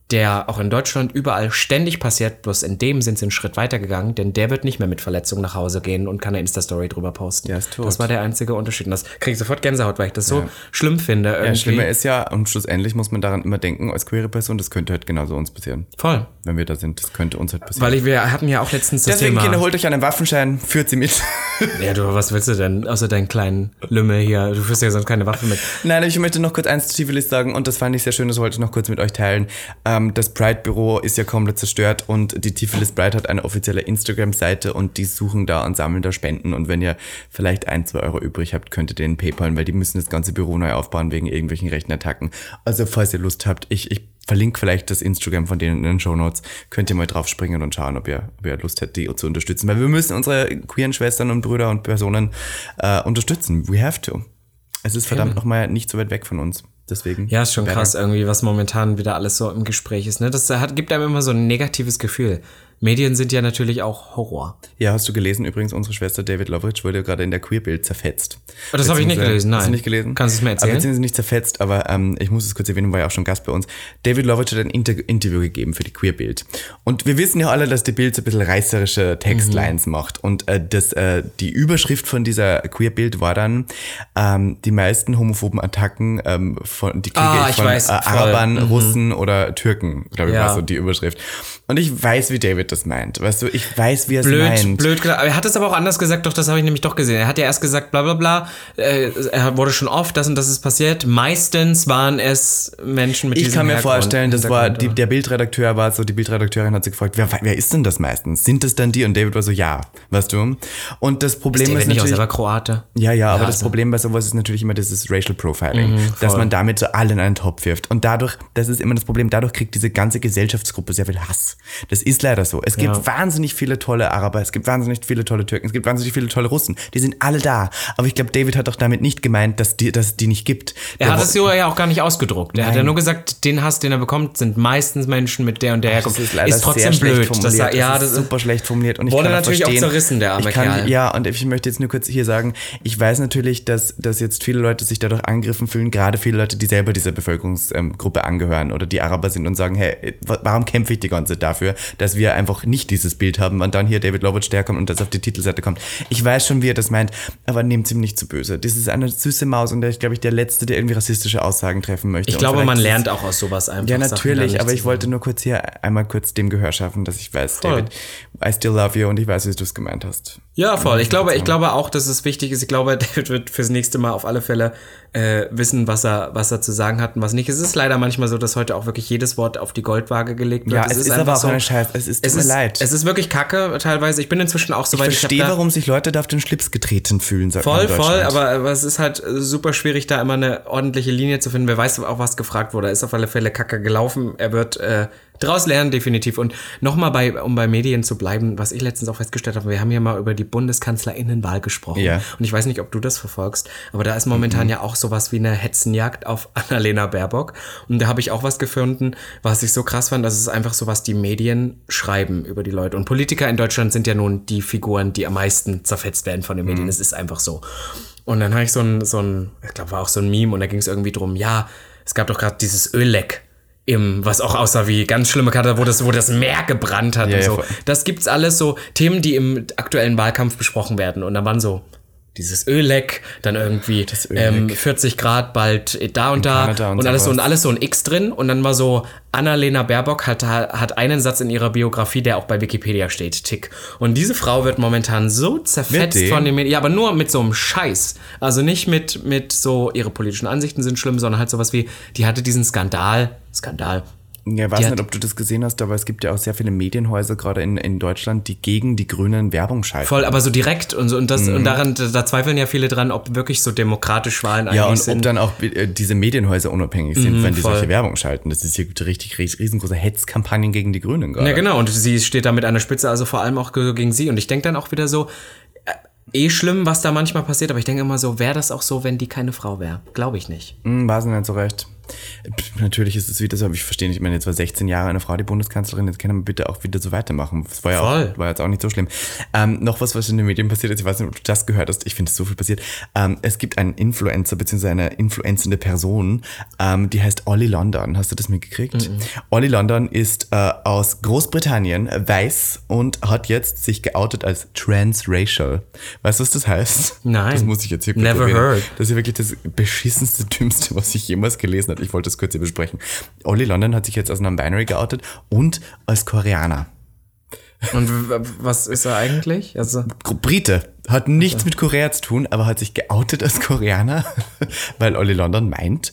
der auch in Deutschland überall ständig passiert, bloß in dem sind sie einen Schritt weitergegangen, denn der wird nicht mehr mit Verletzungen nach Hause gehen und kann eine Insta-Story drüber posten. Der ist tot. Das war der einzige Unterschied. Und das kriege ich sofort Gänsehaut, weil ich das so schlimm finde. Irgendwie. Ja, Schlimme ist ja, und schlussendlich muss man daran immer denken, als queere Person, das könnte halt genauso uns passieren. Voll. Wenn wir da sind, das könnte uns halt passieren. Weil wir hatten ja auch letztens das Deswegen, Thema... Kinder, holt euch einen Waffenschein, führt sie mit. Ja, du, was willst du denn, außer deinen kleinen Lümmel hier? Du führst ja sonst keine Waffe mit. Nein, ich möchte noch kurz eins zu Syphilis sagen und das fand ich sehr schön, das wollte ich noch kurz mit euch teilen. Das Pride-Büro ist ja komplett zerstört und die Syphilis Pride hat eine offizielle Instagram-Seite und die suchen da und sammeln da Spenden und wenn ihr vielleicht 1-2 Euro übrig habt, könnt ihr denen PayPalen, weil die müssen das ganze Büro neu aufbauen wegen irgendwelchen rechten Attacken. Also falls ihr Lust habt, ich verlinke vielleicht das Instagram von denen in den Shownotes, könnt ihr mal drauf springen und schauen, ob ihr Lust hättet, die zu unterstützen, weil wir müssen unsere queeren Schwestern und Brüder und Personen unterstützen. We have to. Es ist verdammt nochmal nicht so weit weg von uns. Deswegen. Ja, ist schon krass irgendwie, was momentan wieder alles so im Gespräch ist. Ne? Das gibt einem immer so ein negatives Gefühl. Medien sind ja natürlich auch Horror. Ja, hast du gelesen? Übrigens, unsere Schwester David Loveridge wurde gerade in der Queerbild zerfetzt. Oh, das habe ich nicht gelesen, nein. Hast du nicht gelesen? Kannst du es mir erzählen? Beziehungsweise nicht zerfetzt, aber ich muss es kurz erwähnen, war ja auch schon Gast bei uns. David Loveridge hat ein Interview gegeben für die Queerbild. Und wir wissen ja alle, dass die Bild so ein bisschen reißerische Textlines macht. Und die Überschrift von dieser Queerbild war dann die meisten homophoben Attacken die Kriege von Arabern, Russen oder Türken, glaube ich, war so die Überschrift. Und ich weiß, wie David das meint. Weißt du, ich weiß, wie er es meint. Blöd, klar. Er hat es aber auch anders gesagt, doch, das habe ich nämlich doch gesehen. Er hat ja erst gesagt, bla bla bla, er wurde schon oft, das und das ist passiert. Meistens waren es Menschen mit diesem Hintergrund. Ich kann mir vorstellen, das war, die Bildredakteurin hat sich gefragt, wer ist denn das meistens? Sind es dann die? Und David war so, ja, weißt du. Und das Problem ist natürlich... Ist nicht auch selber Kroate? Ja, aber das Problem bei sowas ist natürlich immer dieses Racial Profiling, dass man damit so alle in einen Topf wirft. Und dadurch, das ist immer das Problem, dadurch kriegt diese ganze Gesellschaftsgruppe sehr viel Hass. Das ist leider so. Es gibt wahnsinnig viele tolle Araber, es gibt wahnsinnig viele tolle Türken, es gibt wahnsinnig viele tolle Russen. Die sind alle da. Aber ich glaube, David hat doch damit nicht gemeint, dass es die nicht gibt. Er hat es ja auch gar nicht ausgedruckt. Er hat ja nur gesagt, den Hass, den er bekommt, sind meistens Menschen mit der und der Herkunft. Das ist leider trotzdem sehr blöd. Formuliert. Das ist super schlecht formuliert. Und ich wurde kann natürlich verstehen, auch zerrissen, der arme Kerl. Ja, und ich möchte jetzt nur kurz hier sagen, ich weiß natürlich, dass jetzt viele Leute sich dadurch angegriffen fühlen, gerade viele Leute, die selber dieser Bevölkerungsgruppe angehören oder die Araber sind und sagen, hey, warum kämpfe ich die ganze Zeit dafür, dass wir einfach nicht dieses Bild haben und dann hier David Loveridge kommt und das auf die Titelseite kommt. Ich weiß schon, wie er das meint, aber nehmt ihm nicht zu böse. Das ist eine süße Maus und der ist, glaube ich, der Letzte, der irgendwie rassistische Aussagen treffen möchte. Ich glaube, man lernt auch aus sowas einfach. Ja, natürlich, aber ich wollte nur kurz hier einmal kurz dem Gehör schaffen, dass ich weiß, David, I still love you und ich weiß, wie du es gemeint hast. Ja, voll. Ich glaube auch, dass es wichtig ist. Ich glaube, David wird fürs nächste Mal auf alle Fälle wissen, was er zu sagen hat und was nicht. Es ist leider manchmal so, dass heute auch wirklich jedes Wort auf die Goldwaage gelegt wird. Ja, es ist aber auch so, eine Scheiße. Tut mir leid. Es ist wirklich kacke teilweise. Ich bin inzwischen auch so weit. Ich verstehe, warum sich Leute da auf den Schlips getreten fühlen. Voll, aber es ist halt super schwierig, da immer eine ordentliche Linie zu finden. Wer weiß auch, was gefragt wurde. Er ist auf alle Fälle kacke gelaufen. Er wird daraus lernen, definitiv. Und nochmal um bei Medien zu bleiben, was ich letztens auch festgestellt habe, wir haben hier mal über die BundeskanzlerInnenwahl gesprochen. Ja. Und ich weiß nicht, ob du das verfolgst, aber da ist momentan ja auch sowas wie eine Hetzenjagd auf Annalena Baerbock. Und da habe ich auch was gefunden, was ich so krass fand, dass es einfach so, was die Medien schreiben über die Leute. Und Politiker in Deutschland sind ja nun die Figuren, die am meisten zerfetzt werden von den Medien. Es ist einfach so. Und dann habe ich so ein, ich glaube, war auch so ein Meme und da ging es irgendwie drum, ja, es gab doch gerade dieses Ölleck. Was auch aussah wie ganz schlimme Karte, wo das Meer gebrannt hat und so. Ja, das gibt's alles so, Themen, die im aktuellen Wahlkampf besprochen werden. Und dann waren so dieses Ölleck, dann irgendwie 40 Grad bald da und da und alles so ein X drin. Und dann war so, Annalena Baerbock hat einen Satz in ihrer Biografie, der auch bei Wikipedia steht, Tick. Und diese Frau wird momentan so zerfetzt von den Medien, ja, aber nur mit so einem Scheiß. Also nicht mit so, ihre politischen Ansichten sind schlimm, sondern halt sowas wie, die hatte diesen Skandal. Ja, ich weiß nicht, ob du das gesehen hast, aber es gibt ja auch sehr viele Medienhäuser, gerade in Deutschland, die gegen die Grünen Werbung schalten. Voll, aber so direkt und so und da zweifeln ja viele dran, ob wirklich so demokratisch Wahlen eigentlich sind. Ja, und ob dann auch diese Medienhäuser unabhängig sind, wenn die solche Werbung schalten. Das ist hier richtig riesengroße Hetzkampagnen gegen die Grünen gerade. Ja, genau, und sie steht da mit einer Spitze, also vor allem auch gegen sie. Und ich denke dann auch wieder so, schlimm, was da manchmal passiert, aber ich denke immer so, wäre das auch so, wenn die keine Frau wäre? Glaube ich nicht. Weiß nicht so recht. Natürlich ist es wieder so, aber ich verstehe nicht, ich meine, jetzt war 16 Jahre eine Frau die Bundeskanzlerin, jetzt können wir bitte auch wieder so weitermachen. Das war ja war jetzt auch nicht so schlimm. Noch was in den Medien passiert ist, ich weiß nicht, ob du das gehört hast, ich finde, es so viel passiert. Es gibt einen Influencer, beziehungsweise eine influenzende Person, die heißt Ollie London. Hast du das mitgekriegt? Ollie London ist aus Großbritannien, weiß und hat jetzt sich geoutet als transracial. Weißt du, was das heißt? Nein. Das muss ich jetzt hier kurz Never erwähnen. heard. Das ist ja wirklich das beschissenste, dümmste, was ich jemals gelesen habe. Ich wollte das kurz hier besprechen. Ollie London hat sich jetzt als Non-Binary geoutet und als Koreaner. Und was ist er eigentlich? Also Brite. Hat nichts mit Korea zu tun, aber hat sich geoutet als Koreaner, weil Ollie London meint,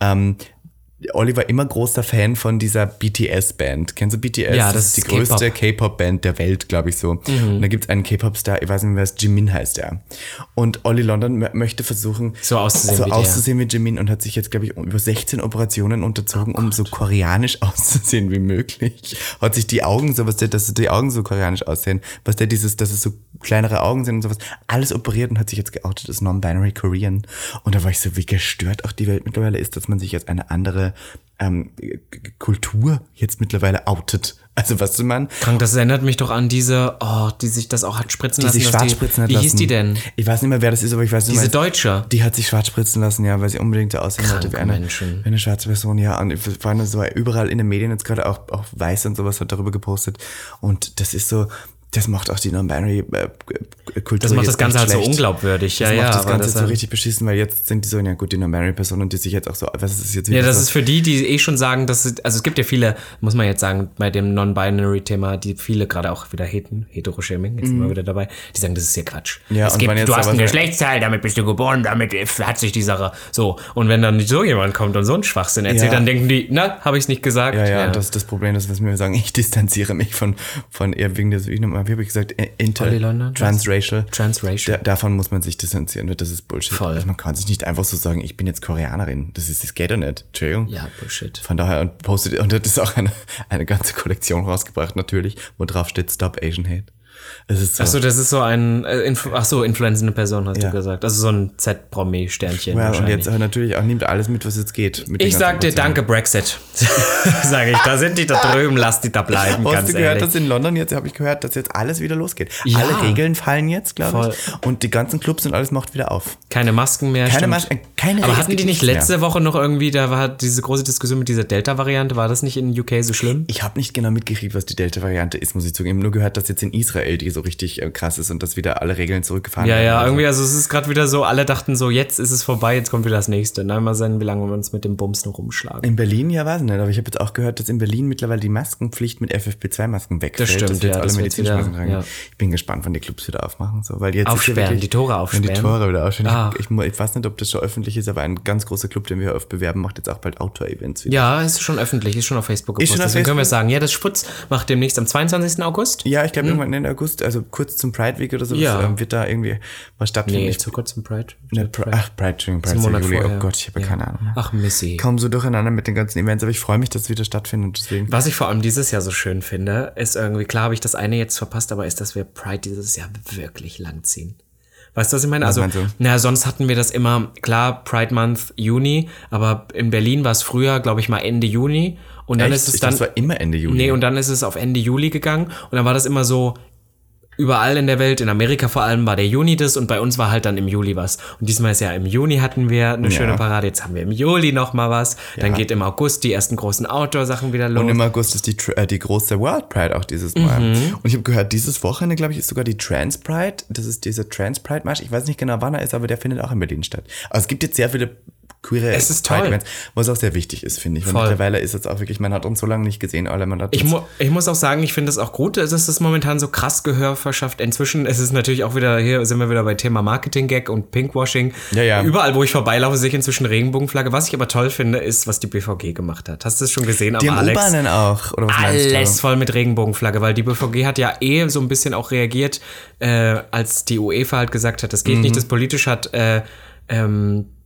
Olli war immer großer Fan von dieser BTS-Band. Kennst du BTS? Ja, das ist die größte K-Pop-Band der Welt, glaube ich so. Und da gibt es einen K-Pop-Star, ich weiß nicht mehr, was Jimin heißt er. Und Ollie London möchte versuchen, so auszusehen wie Jimin und hat sich jetzt, glaube ich, über 16 Operationen unterzogen, um so koreanisch auszusehen wie möglich. Hat sich die Augen so, dass die Augen so koreanisch aussehen, dass es so kleinere Augen sind und sowas, alles operiert und hat sich jetzt geoutet als Non-Binary Korean. Und da war ich so, wie gestört auch die Welt mittlerweile ist, dass man sich als eine andere Kultur jetzt mittlerweile outet. Also was du meinst? Krank, das erinnert mich doch an diese, die sich das auch hat spritzen lassen. Die sich schwarz spritzen hat lassen. Wie hieß die denn? Ich weiß nicht mehr, wer das ist, aber ich weiß nicht mehr. Diese Deutsche. Die hat sich schwarz spritzen lassen, ja, weil sie unbedingt so aussehen wollte wie eine schwarze Person, ja. Und ich war nur so überall in den Medien jetzt gerade auch Weiß und sowas hat darüber gepostet. Und das ist so, das macht auch die Non-Binary-Kultur. Das macht das Ganze halt so unglaubwürdig. Das macht das Ganze so richtig beschissen, weil jetzt sind die so, ja gut, die Non-Binary-Personen, die sich jetzt auch so, was ist das jetzt wieder? Ja, das ist für die schon sagen, dass es gibt ja viele, muss man jetzt sagen, bei dem Non-Binary-Thema, die viele gerade auch wieder Heteroshaming, jetzt sind wir wieder dabei, die sagen, das ist hier Quatsch. Ja, du hast ein Geschlechtsteil, damit bist du geboren, damit hat sich die Sache so. Und wenn dann so jemand kommt und so einen Schwachsinn erzählt, dann denken die, na, habe ich es nicht gesagt. Ja, das ist das Problem, was wir sagen, ich distanziere mich von eher wegen der, wie habe ich gesagt, transracial. Davon muss man sich distanzieren, das ist Bullshit. Voll. Also man kann sich nicht einfach so sagen, ich bin jetzt Koreanerin. Das geht doch nicht. Entschuldigung. Ja, Bullshit. Von daher und hat das auch eine ganze Kollektion rausgebracht, natürlich, wo drauf steht Stop Asian Hate. Es ist so. Achso, das ist so ein, influenzende Person, hast du gesagt. Also so ein Z-Promi-Sternchen. Ja, und jetzt natürlich auch nimmt alles mit, was jetzt geht. Ich sag dir danke, Brexit. Sage ich, da sind die da drüben, lass die da bleiben, ganz Hast du gehört, dass in London jetzt, habe ich gehört, dass jetzt alles wieder losgeht. Ja. Alle Regeln fallen jetzt, glaube ich. Und die ganzen Clubs und alles macht wieder auf. Keine Masken mehr, keine Masken. Aber hatten die nicht letzte Woche noch irgendwie, da war diese große Diskussion mit dieser Delta-Variante, war das nicht in UK so schlimm? Ich habe nicht genau mitgekriegt, was die Delta-Variante ist, muss ich zugeben. Ich habe nur gehört, dass jetzt in Israel die so richtig krass ist und dass wieder alle Regeln zurückgefahren werden. Ja, irgendwie, also es ist gerade wieder so, alle dachten so, jetzt ist es vorbei, jetzt kommt wieder das nächste. Na, mal sehen, wie lange wir uns mit dem Bums noch rumschlagen. In Berlin, ja, weiß nicht, aber ich habe jetzt auch gehört, dass in Berlin mittlerweile die Maskenpflicht mit FFP2-Masken wegfällt. Das stimmt, dass jetzt alle medizinische Masken tragen. Ja. Ich bin gespannt, wann die Clubs wieder aufmachen. So, weil jetzt aufsperren, die Tore aufsperren. Die Tore wieder aufsperren. Ich weiß nicht, ob das schon öffentlich ist, aber ein ganz großer Club, den wir oft bewerben, macht jetzt auch bald Outdoor-Events wieder. Ja, ist schon öffentlich, ist schon auf Facebook gepostet. Deswegen können wir sagen, ja, das Sputz macht demnächst am 22. August. Ja, ich glaube irgendwann Ende August, also kurz zum Pride Week oder so, wird da irgendwie was stattfinden. Nee, zu kurz zum Pride. Pride Juli. Oh Gott, ich habe keine Ahnung. Ach, Missy. Ich komme so durcheinander mit den ganzen Events, aber ich freue mich, dass es wieder stattfindet. Deswegen. Was ich vor allem dieses Jahr so schön finde, ist irgendwie, klar habe ich das eine jetzt verpasst, aber ist, dass wir Pride dieses Jahr wirklich lang ziehen. Weißt du, was ich meine? Was also, sonst hatten wir das immer, klar, Pride Month Juni, aber in Berlin war es früher, glaube ich, mal Ende Juni. Und dann ist es dann. Das war immer Ende Juli. Nee, und dann ist es auf Ende Juli gegangen. Und dann war das immer so, überall in der Welt, in Amerika vor allem, war der Juni das und bei uns war halt dann im Juli was. Und diesmal ist ja im Juni hatten wir eine schöne Parade, jetzt haben wir im Juli noch mal was. Dann geht im August die ersten großen Outdoor-Sachen wieder los. Und im August ist die große World Pride auch dieses Mal. Und ich habe gehört, dieses Wochenende, glaube ich, ist sogar die Trans Pride. Das ist dieser Trans Pride Marsch. Ich weiß nicht genau, wann er ist, aber der findet auch in Berlin statt. Also es gibt jetzt sehr viele queere Pride-Events, was auch sehr wichtig ist, finde ich. Und mittlerweile ist es auch wirklich, man hat uns so lange nicht gesehen, alle. Ich muss auch sagen, ich finde es auch gut, dass es momentan so krass Gehör verschafft. Inzwischen ist es natürlich auch wieder, hier sind wir wieder bei Thema Marketing-Gag und Pinkwashing. Ja. Überall, wo ich vorbeilaufe, sehe ich inzwischen Regenbogenflagge. Was ich aber toll finde, ist, was die BVG gemacht hat. Hast du das schon gesehen am Alex? Die U-Bahnen auch, oder was meinst du? Alles voll mit Regenbogenflagge, weil die BVG hat ja so ein bisschen auch reagiert, als die UEFA halt gesagt hat, das geht nicht, das politisch hat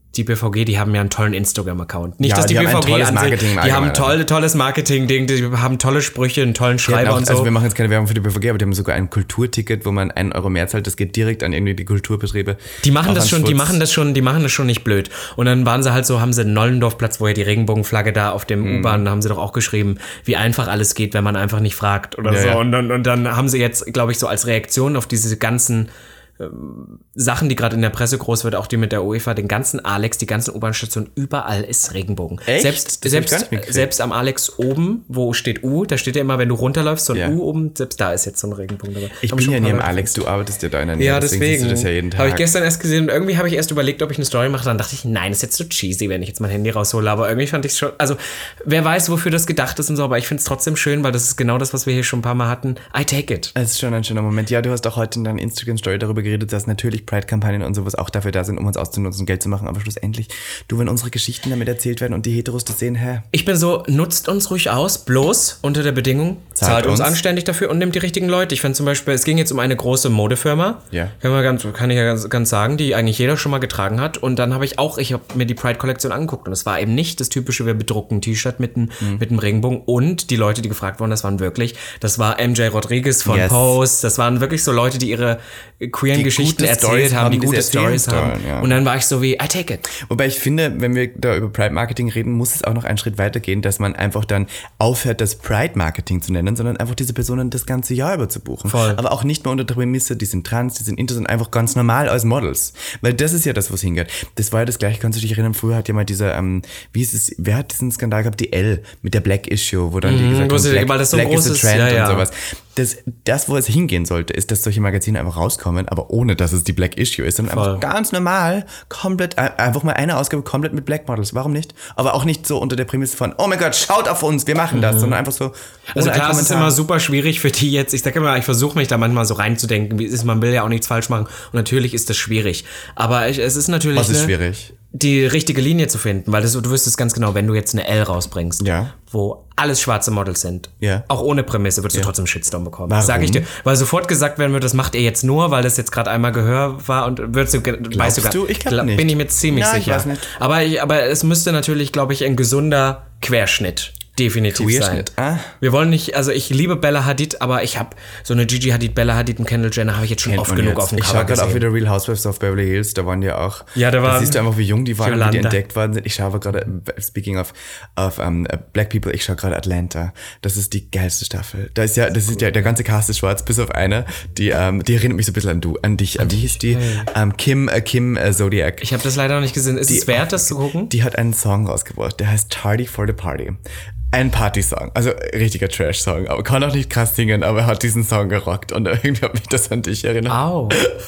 Die BVG, die haben ja einen tollen Instagram-Account. Nicht, Ja, dass die die haben ein BVG tolles an sich, Marketing im die haben Allgemeinen. tolles Marketing-Ding, die haben tolle Sprüche, einen tollen Schreiber auch, und so. Also wir machen jetzt keine Werbung für die BVG, aber die haben sogar ein Kulturticket, wo man 1 Euro mehr zahlt. Das geht direkt an irgendwie die Kulturbetriebe. Die machen Auch das an schon, Schwutz. die machen das schon nicht blöd. Und dann waren sie halt so, haben sie den Nollendorfplatz, wo ja die Regenbogenflagge da auf dem U-Bahn, da haben sie doch auch geschrieben, wie einfach alles geht, wenn man einfach nicht fragt oder so. Ja. Und dann haben sie jetzt, glaube ich, so als Reaktion auf diese ganzen Sachen, die gerade in der Presse groß wird, auch die mit der UEFA, den ganzen Alex, die ganzen U-Bahn-Stationen, überall ist Regenbogen. Echt? Das hab ich gar nicht mitgekriegt. Selbst am Alex oben, wo steht U, da steht ja immer, wenn du runterläufst, so ein Ja. U oben, selbst da ist jetzt so ein Regenbogen dabei. Ich Haben bin schon ja ein nie paar im Leute Alex, du arbeitest ja da in der Nähe. Ja, siehst deswegen. du das ja jeden Tag. Habe ich gestern erst gesehen und irgendwie habe ich erst überlegt, ob ich eine Story mache. Dann dachte ich, nein, ist jetzt so cheesy, wenn ich jetzt mein Handy raushole. Aber irgendwie fand ich es schon, also wer weiß, wofür das gedacht ist und so, aber ich finde es trotzdem schön, weil das ist genau das, was wir hier schon ein paar Mal hatten. I take it. Es ist schon ein schöner Moment. Ja, du hast auch heute in deiner Instagram-Story darüber geredet, dass natürlich Pride-Kampagnen und sowas auch dafür da sind, um uns auszunutzen, Geld zu machen. Aber schlussendlich, wenn unsere Geschichten damit erzählt werden und die Heteros das sehen, Ich bin so, nutzt uns ruhig aus, bloß unter der Bedingung, zahlt uns anständig dafür und nimmt die richtigen Leute. Ich fand zum Beispiel, es ging jetzt um eine große Modefirma, Ja. kann ich ja ganz sagen, die eigentlich jeder schon mal getragen hat. Und dann habe ich mir die Pride-Kollektion angeguckt und es war eben nicht das typische, wir bedrucken ein T-Shirt mit einem Regenbogen. Und die Leute, die gefragt wurden, das war MJ Rodriguez von Pose, das waren wirklich so Leute, die ihre queeren Geschichten erzählt haben, die gute Stories haben. Ja. Und dann war ich so wie, I take it. Wobei ich finde, wenn wir da über Pride-Marketing reden, muss es auch noch einen Schritt weitergehen, dass man einfach dann aufhört, das Pride-Marketing zu nennen, sondern einfach diese Personen das ganze Jahr über zu buchen. Voll. Aber auch nicht mehr unter der Prämisse, die sind trans, die sind inter, sondern einfach ganz normal als Models. Weil das ist ja das, was hingeht. Das war ja das Gleiche, kannst du dich erinnern, früher hat ja mal dieser, wie hieß es, wer hat diesen Skandal gehabt? Die Elle mit der Black Issue, wo dann die gesagt haben, weil das so ein Black is großes, a Trend ja. und sowas. Das, wo es hingehen sollte, ist, dass solche Magazine einfach rauskommen, aber ohne, dass es die Black Issue ist, sondern einfach ganz normal, komplett, einfach mal eine Ausgabe komplett mit Black Models. Warum nicht? Aber auch nicht so unter der Prämisse von, oh mein Gott, schaut auf uns, wir machen das, sondern einfach so. Also klar, es ist immer super schwierig für die jetzt. Ich sage immer, ich versuche mich da manchmal so reinzudenken, wie es ist, man will ja auch nichts falsch machen. Und natürlich ist das schwierig. Aber es ist natürlich. Was ist schwierig? Die richtige Linie zu finden, weil du wüsstest ganz genau, wenn du jetzt eine L rausbringst, wo alles schwarze Models sind, auch ohne Prämisse, würdest du trotzdem einen Shitstorm bekommen. Warum? Sag ich dir. Weil sofort gesagt werden wird, das macht ihr jetzt nur, weil das jetzt gerade einmal Gehör war und weißt du gar, Ich glaube nicht. bin ich mir ziemlich sicher. Ich weiß nicht. Aber es müsste natürlich, glaube ich, ein gesunder Querschnitt definitiv sein. Wir wollen nicht, also ich liebe Bella Hadid, aber ich habe so eine Gigi Hadid, Bella Hadid und Kendall Jenner habe ich jetzt schon oft genug auf dem Cover gesehen. Ich schaue gerade auch wieder gesehen. Real Housewives of Beverly Hills, da waren ja auch, da siehst du einfach, wie jung die waren, Yolanda. wie die entdeckt worden sind. Ich schaue aber gerade, speaking of Black People, ich schaue gerade Atlanta. Das ist die geilste Staffel. Der ganze Cast ist schwarz, bis auf eine, die erinnert mich so ein bisschen an dich. Wie hieß die? Kim Zodiac. Ich habe das leider noch nicht gesehen. Ist es wert, das zu gucken? Die hat einen Song rausgebracht, der heißt Tardy for the Party. Ein Party-Song, also richtiger Trash-Song, aber kann auch nicht krass singen, aber er hat diesen Song gerockt und irgendwie hat mich das an dich erinnert. Au.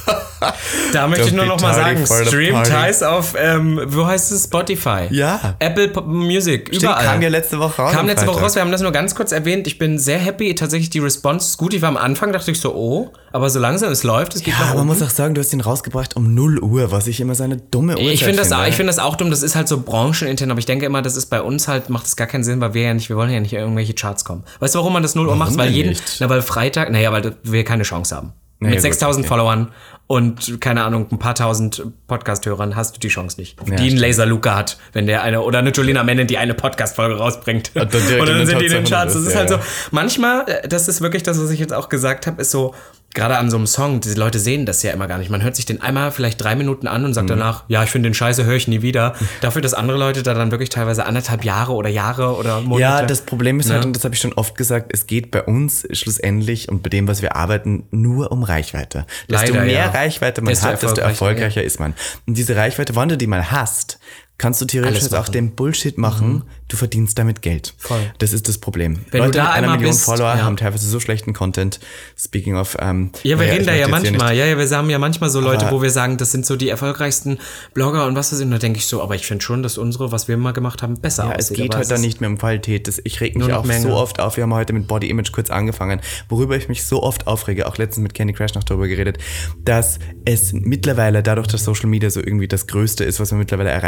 Da möchte ich nur noch mal sagen, Stream Ties auf, wo heißt es, Spotify. Ja. Apple Music, überall. Kam ja letzte Woche raus. Wir haben das nur ganz kurz erwähnt. Ich bin sehr happy, tatsächlich die Response ist gut. Ich war am Anfang, dachte ich so, oh, aber so langsam es läuft, es geht nach oben. Man muss auch sagen, du hast ihn rausgebracht um 0 Uhr, was ich immer so eine dumme Uhrzeit finde. Ich finde das auch dumm, das ist halt so branchenintern, aber ich denke immer, das ist bei uns halt, macht es gar keinen Sinn, weil wir wollen ja nicht in irgendwelche Charts kommen. Weißt du, warum man das 0 Uhr macht? Weil Freitag, weil wir keine Chance haben. Mit 6.000 Followern und, keine Ahnung, ein paar tausend Podcast-Hörern hast du die Chance nicht. Die einen Laser Luca hat, wenn der oder eine Jolina Mennen, die eine Podcast-Folge rausbringt. Und dann sind die in den Charts. Das ist halt so, manchmal, das ist wirklich das, was ich jetzt auch gesagt habe, ist so, gerade an so einem Song, die Leute sehen das ja immer gar nicht. Man hört sich den einmal vielleicht 3 Minuten an und sagt danach, ja, ich finde den Scheiße, höre ich nie wieder. Dafür, dass andere Leute da dann wirklich teilweise 1,5 Jahre oder Monate. Ja, das Problem ist halt, und das habe ich schon oft gesagt, es geht bei uns schlussendlich und bei dem, was wir arbeiten, nur um Reichweite. Desto mehr Reichweite man hat, desto erfolgreicher ist man. Und diese Reichweite, wenn du die mal hast, kannst du theoretisch auch den Bullshit machen, du verdienst damit Geld. Voll. Das ist das Problem. Wenn Leute du da mit einer Million bist, Follower haben teilweise so schlechten Content. Speaking of... wir reden da ja manchmal. Wir haben ja manchmal so Leute, wo wir sagen, das sind so die erfolgreichsten Blogger und was weiß ich. Und da denke ich so, aber ich finde schon, dass unsere, was wir mal gemacht haben, besser aussieht. Es geht heute nicht mehr um Qualität. Ich reg mich auch so oft auf. Wir haben heute mit Body Image kurz angefangen, worüber ich mich so oft aufrege, auch letztens mit Candy Crash noch darüber geredet, dass es mittlerweile, dadurch, dass Social Media so irgendwie das Größte ist, was man mittlerweile erreichen kann,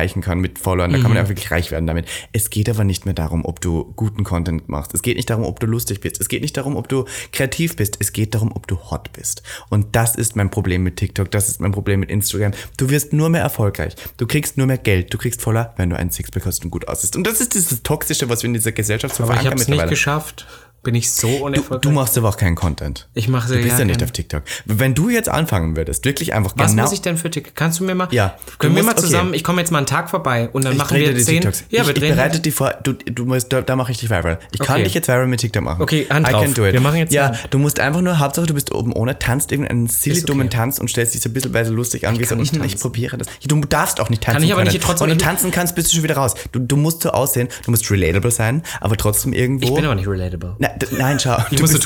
mit Followern, da kann man ja wirklich reich werden damit. Es geht aber nicht mehr darum, ob du guten Content machst. Es geht nicht darum, ob du lustig bist. Es geht nicht darum, ob du kreativ bist. Es geht darum, ob du hot bist. Und das ist mein Problem mit TikTok, das ist mein Problem mit Instagram. Du wirst nur mehr erfolgreich. Du kriegst nur mehr Geld. Du kriegst voller, wenn du einen Sixpack hast und gut aussiehst. Und das ist dieses Toxische, was wir in dieser Gesellschaft so verankern mittlerweile. Ich habe es nicht geschafft. Bin ich so unerfolgreich? Du machst aber auch keinen Content. Ich mache Du bist ja nicht auf TikTok. Wenn du jetzt anfangen würdest, wirklich einfach Was muss ich denn für TikTok? Kannst du mir mal... Ja. Können wir mal zusammen... Okay. Ich komme jetzt mal einen Tag vorbei und dann machen wir 10... TikToks. Ja, wir drehen... Ich bereite die vor... Du musst... Da mache ich dich viral. Ich kann dich jetzt viral mit TikTok machen. Okay, Hand drauf. I can do it. Wir machen jetzt... Ja, du musst einfach nur... Hauptsache, du bist oben ohne, tanzt irgendeinen silly dummen Tanz und stellst dich so ein bisschen weise lustig an. Ich probiere das. Du darfst auch nicht tanzen. Kann ich aber nicht trotzdem... Wenn du tanzen kannst, bist du schon wieder raus. Du musst so aussehen. Du musst relatable sein, aber trotzdem irgendwo... Ich bin aber nicht relatable. Nein, schau.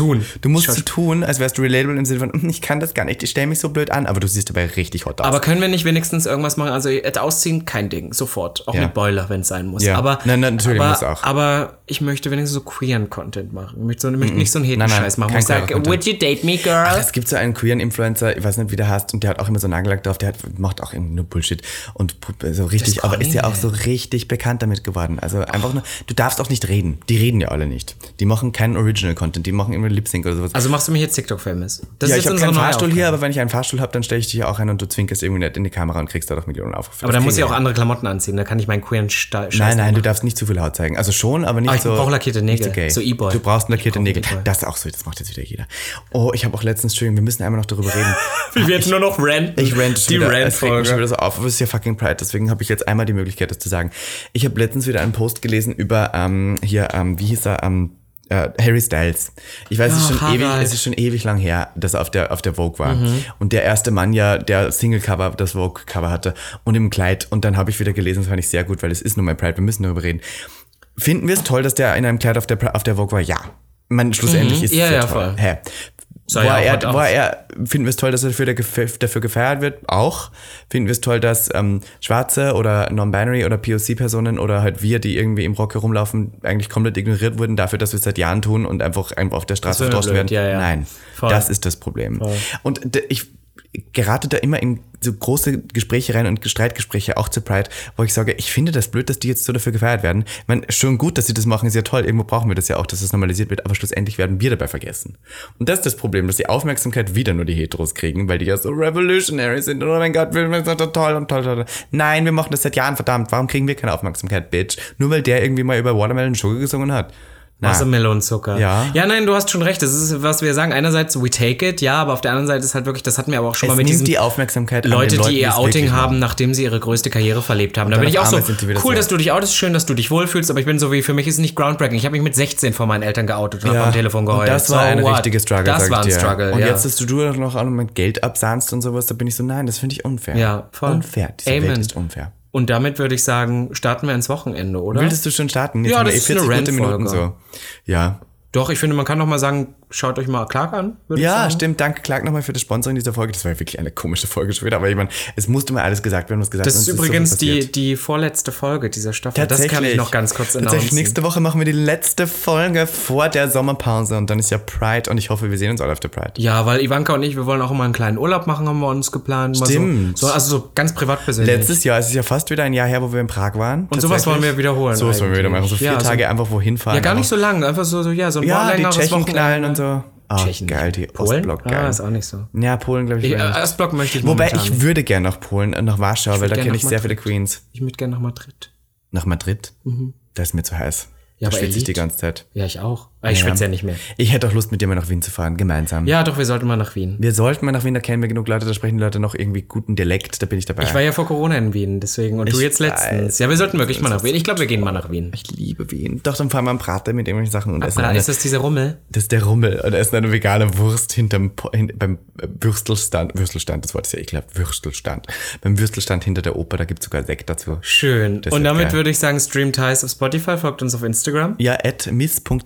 Du musst so tun, als wärst du relatable im Sinne von, ich kann das gar nicht, ich stelle mich so blöd an, aber du siehst dabei richtig hot aus. Aber können wir nicht wenigstens irgendwas machen? Also ausziehen, kein Ding, sofort. Auch mit Boiler, wenn es sein muss. Ja. Aber, Nein, natürlich muss auch. Aber ich möchte wenigstens so queeren Content machen. Ich möchte nicht so einen Hetero-Scheiß machen. Ich sage, would you date me, girl? Ach, es gibt so einen queeren Influencer, ich weiß nicht, wie der heißt, und der hat auch immer so Nagellack drauf, macht auch nur Bullshit und so richtig, aber ist ja auch so richtig bekannt damit geworden. Also einfach nur, du darfst auch nicht reden. Die reden ja alle nicht. Die machen keinen Original-Content, die machen immer Lip-Sync oder sowas. Also machst du mich jetzt TikTok-famous? Ja, ich habe keinen Fahrstuhl hier, aber wenn ich einen Fahrstuhl habe, dann stelle ich dich auch ein und du zwinkerst irgendwie nicht in die Kamera und kriegst dadurch Millionen Aufrufe. Aber dann muss ich auch andere Klamotten anziehen, da kann ich meinen queeren Scheiß Nein, du darfst nicht zu viel Haut zeigen. Also schon, aber nicht so... Ich brauche lackierte Nägel, so E-Boy. Du brauchst lackierte Nägel. Das ist auch so, das macht jetzt wieder jeder. Oh, ich habe auch letztens, Entschuldigung, wir müssen einmal noch darüber reden. Wir werden nur noch ranten. Ich rante die Rant-Folge. schon wieder so auf, aber es ist ja fucking Pride, deswegen habe ich jetzt einmal die Möglichkeit, das zu sagen. Ich habe letztens wieder einen Post gelesen über, wie hieß er, Harry Styles. Ich weiß, es ist schon ewig lang her, dass er auf der Vogue war. Und der erste Mann der Single-Cover, das Vogue-Cover hatte und im Kleid. Und dann habe ich wieder gelesen, das fand ich sehr gut, weil es ist nur mein Pride, wir müssen darüber reden. Finden wir es toll, dass der in einem Kleid auf der Vogue war? Ja. Schlussendlich ist es sehr toll. Hä? Finden wir es toll, dass er dafür gefeiert wird? Auch. Finden wir es toll, dass Schwarze oder Non-Binary oder POC-Personen oder halt wir, die irgendwie im Rock herumlaufen, eigentlich komplett ignoriert wurden dafür, dass wir es seit Jahren tun und einfach auf der Straße verdroschen werden? Ja. Nein, voll. Das ist das Problem. Voll. Und ich gerate da immer in so große Gespräche rein und Streitgespräche, auch zu Pride, wo ich sage, ich finde das blöd, dass die jetzt so dafür gefeiert werden. Ich meine, schon gut, dass sie das machen, ist ja toll. Irgendwo brauchen wir das ja auch, dass es normalisiert wird, aber schlussendlich werden wir dabei vergessen. Und das ist das Problem, dass die Aufmerksamkeit wieder nur die Heteros kriegen, weil die ja so revolutionary sind. Oh mein Gott, wir sind toll. Nein, wir machen das seit Jahren, verdammt. Warum kriegen wir keine Aufmerksamkeit, Bitch? Nur weil der irgendwie mal über Watermelon Sugar gesungen hat. Wassermelonenzucker. Ja. Ja, nein, du hast schon recht. Das ist, was wir sagen. Einerseits, we take it, ja, aber auf der anderen Seite ist halt wirklich, das hatten wir aber auch schon mal mit diesen die Aufmerksamkeit Leute, die ihr Outing haben, nachdem sie ihre größte Karriere verlebt haben. Da bin ich auch so, cool, dass du dich outest, schön, dass du dich wohlfühlst, aber ich bin so wie, für mich ist es nicht groundbreaking. Ich habe mich mit 16 vor meinen Eltern geoutet und habe am Telefon geheult. Und das war ein richtiger Struggle, das war ein Struggle, Und jetzt, dass du noch mit Geld absahnst und sowas, da bin ich so, nein, das finde ich unfair. Ja, voll. Unfair. Diese Welt ist unfair. Und damit würde ich sagen, starten wir ins Wochenende, oder? Willst du schon starten? Jetzt ja, haben das wir ist eine 40 Minuten so. Ja. Doch, ich finde, man kann noch mal sagen, schaut euch mal Clark an, würde ich sagen. Ja, stimmt. Danke, Clark, nochmal für das Sponsoring dieser Folge. Das war ja wirklich eine komische Folge schon wieder. Aber ich meine, es musste mal alles gesagt werden, was gesagt wird. Das ist übrigens so die vorletzte Folge dieser Staffel. Das kann ich noch ganz kurz announcen. Tatsächlich, nächste Woche machen wir die letzte Folge vor der Sommerpause. Und dann ist ja Pride. Und ich hoffe, wir sehen uns alle auf der Pride. Ja, weil Ivanka und ich, wir wollen auch immer einen kleinen Urlaub machen, haben wir uns geplant. Stimmt. So ganz privat persönlich. Letztes Jahr, es ist ja fast wieder ein Jahr her, wo wir in Prag waren. Und sowas wollen wir wiederholen. Sowas wollen wir wieder machen. So 4 Tage einfach wohin fahren. Ja, gar nicht so lang. Einfach so ein längeres Wochenende. Knallen und so. Tschechien. Geil, die Polen? Ostblock, geil. Ist auch nicht so. Ja, Polen, glaube ich. Ostblock möchte ich Wobei, ich würde gerne nach Polen, nach Warschau, weil da kenne ich sehr viele Queens. Ich würde gerne nach Madrid. Nach Madrid? Das ist mir zu heiß. Ja, da schwitze ich die ganze Zeit. Ja, ich auch. Ich schwitze ja nicht mehr. Ich hätte auch Lust, mit dir mal nach Wien zu fahren, gemeinsam. Ja, doch, wir sollten mal nach Wien. Da kennen wir genug Leute, da sprechen die Leute noch irgendwie guten Dialekt, da bin ich dabei. Ich war ja vor Corona in Wien, deswegen, und du jetzt letztens. Ja, wir sollten wirklich mal nach Wien. Ich glaube, wir gehen mal nach Wien. Ich liebe Wien. Doch, dann fahren wir am Prater mit irgendwelchen Sachen und essen. Ist das dieser Rummel? Das ist der Rummel. Und essen eine vegane Wurst beim Würstelstand, das Wort ist ja ekelhaft, Würstelstand. Beim Würstelstand hinter der Oper, da gibt es sogar Sekt dazu. Schön. Und damit würde ich sagen, streamt heiß auf Spotify, folgt uns auf Instagram. Ja, @miss.ivanka..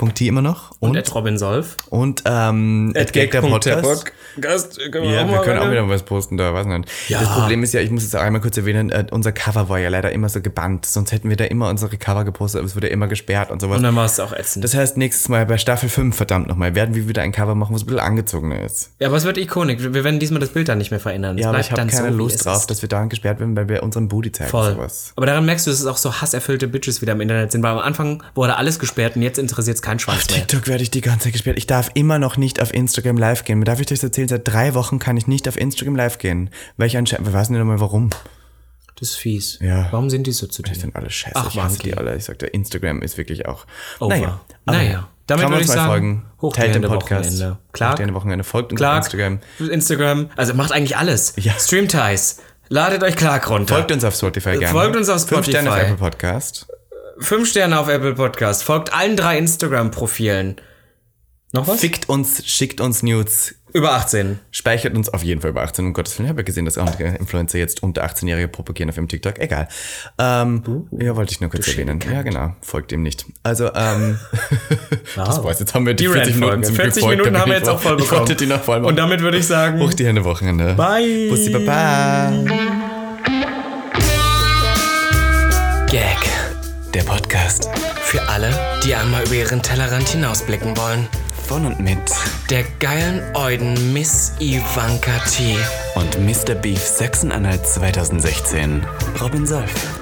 @robin_t immer noch. Und @robinsolf. Und @gag der Podcast. Wir können auch wieder was posten da, weiß nicht. Ja. Das Problem ist ja, ich muss es auch einmal kurz erwähnen, unser Cover war ja leider immer so gebannt. Sonst hätten wir da immer unsere Cover gepostet, aber es wurde immer gesperrt und sowas. Und dann war es auch ätzend. Das heißt, nächstes Mal bei Staffel 5, verdammt nochmal, werden wir wieder ein Cover machen, was ein bisschen angezogener ist. Ja, aber es wird Ikonik. Wir werden diesmal das Bild dann nicht mehr verändern. Ja, aber ich habe keine Lust drauf, dass wir daran gesperrt werden, weil wir unseren Booty zeigen. Voll. Sowas. Aber daran merkst du, dass es auch so hasserfüllte Bitches wieder im Internet sind, weil am Anfang wurde alles gesperrt und jetzt interessiert es keinen Schwanz mehr. Auf TikTok werde ich die ganze Zeit gesperrt. Ich darf immer noch nicht auf Instagram live gehen. Darf ich dir das erzählen? Seit 3 Wochen kann ich nicht auf Instagram live gehen. Weil ich anscheinend, wir wissen nicht einmal warum. Das ist fies. Ja. Warum sind die so zu dir? Die sind alle scheiße. Ach, ich hasse die alle. Ich sagte, Instagram ist wirklich auch... Over. Naja. Damit würde ich sagen, folgen. Teilt den Podcast. Clark. Wochenende. Folgt uns Clark, auf Instagram. Also macht eigentlich alles. Ja. Streamties. Ladet euch Clark runter. Folgt uns auf Spotify gerne. 5 Sterne auf Apple Podcast. 5 Sterne auf Apple Podcast. Folgt allen 3 Instagram-Profilen. Noch was? Fickt uns, schickt uns Nudes. Über 18. Speichert uns auf jeden Fall über 18. Um Gottes Willen. Ich habe ja gesehen, dass andere Influencer jetzt unter 18-Jährige propagieren auf dem TikTok. Egal. Ja, wollte ich nur kurz erwähnen. Ja, genau. Folgt ihm nicht. Also, das war's. Jetzt haben wir die 40 Minuten zum 40 Minuten haben wir jetzt auch voll bekommen. Ich wollte die noch voll machen. Und damit würde ich sagen... Hoch die Hände, Wochenende. Bye. Bussi, Baba. Gag. Der Podcast. Für alle, die einmal über ihren Tellerrand hinausblicken wollen. Von und mit der geilen Euden Miss Ivanka T. und Mr. Beef Sachsen-Anhalt 2016, Robin Solf.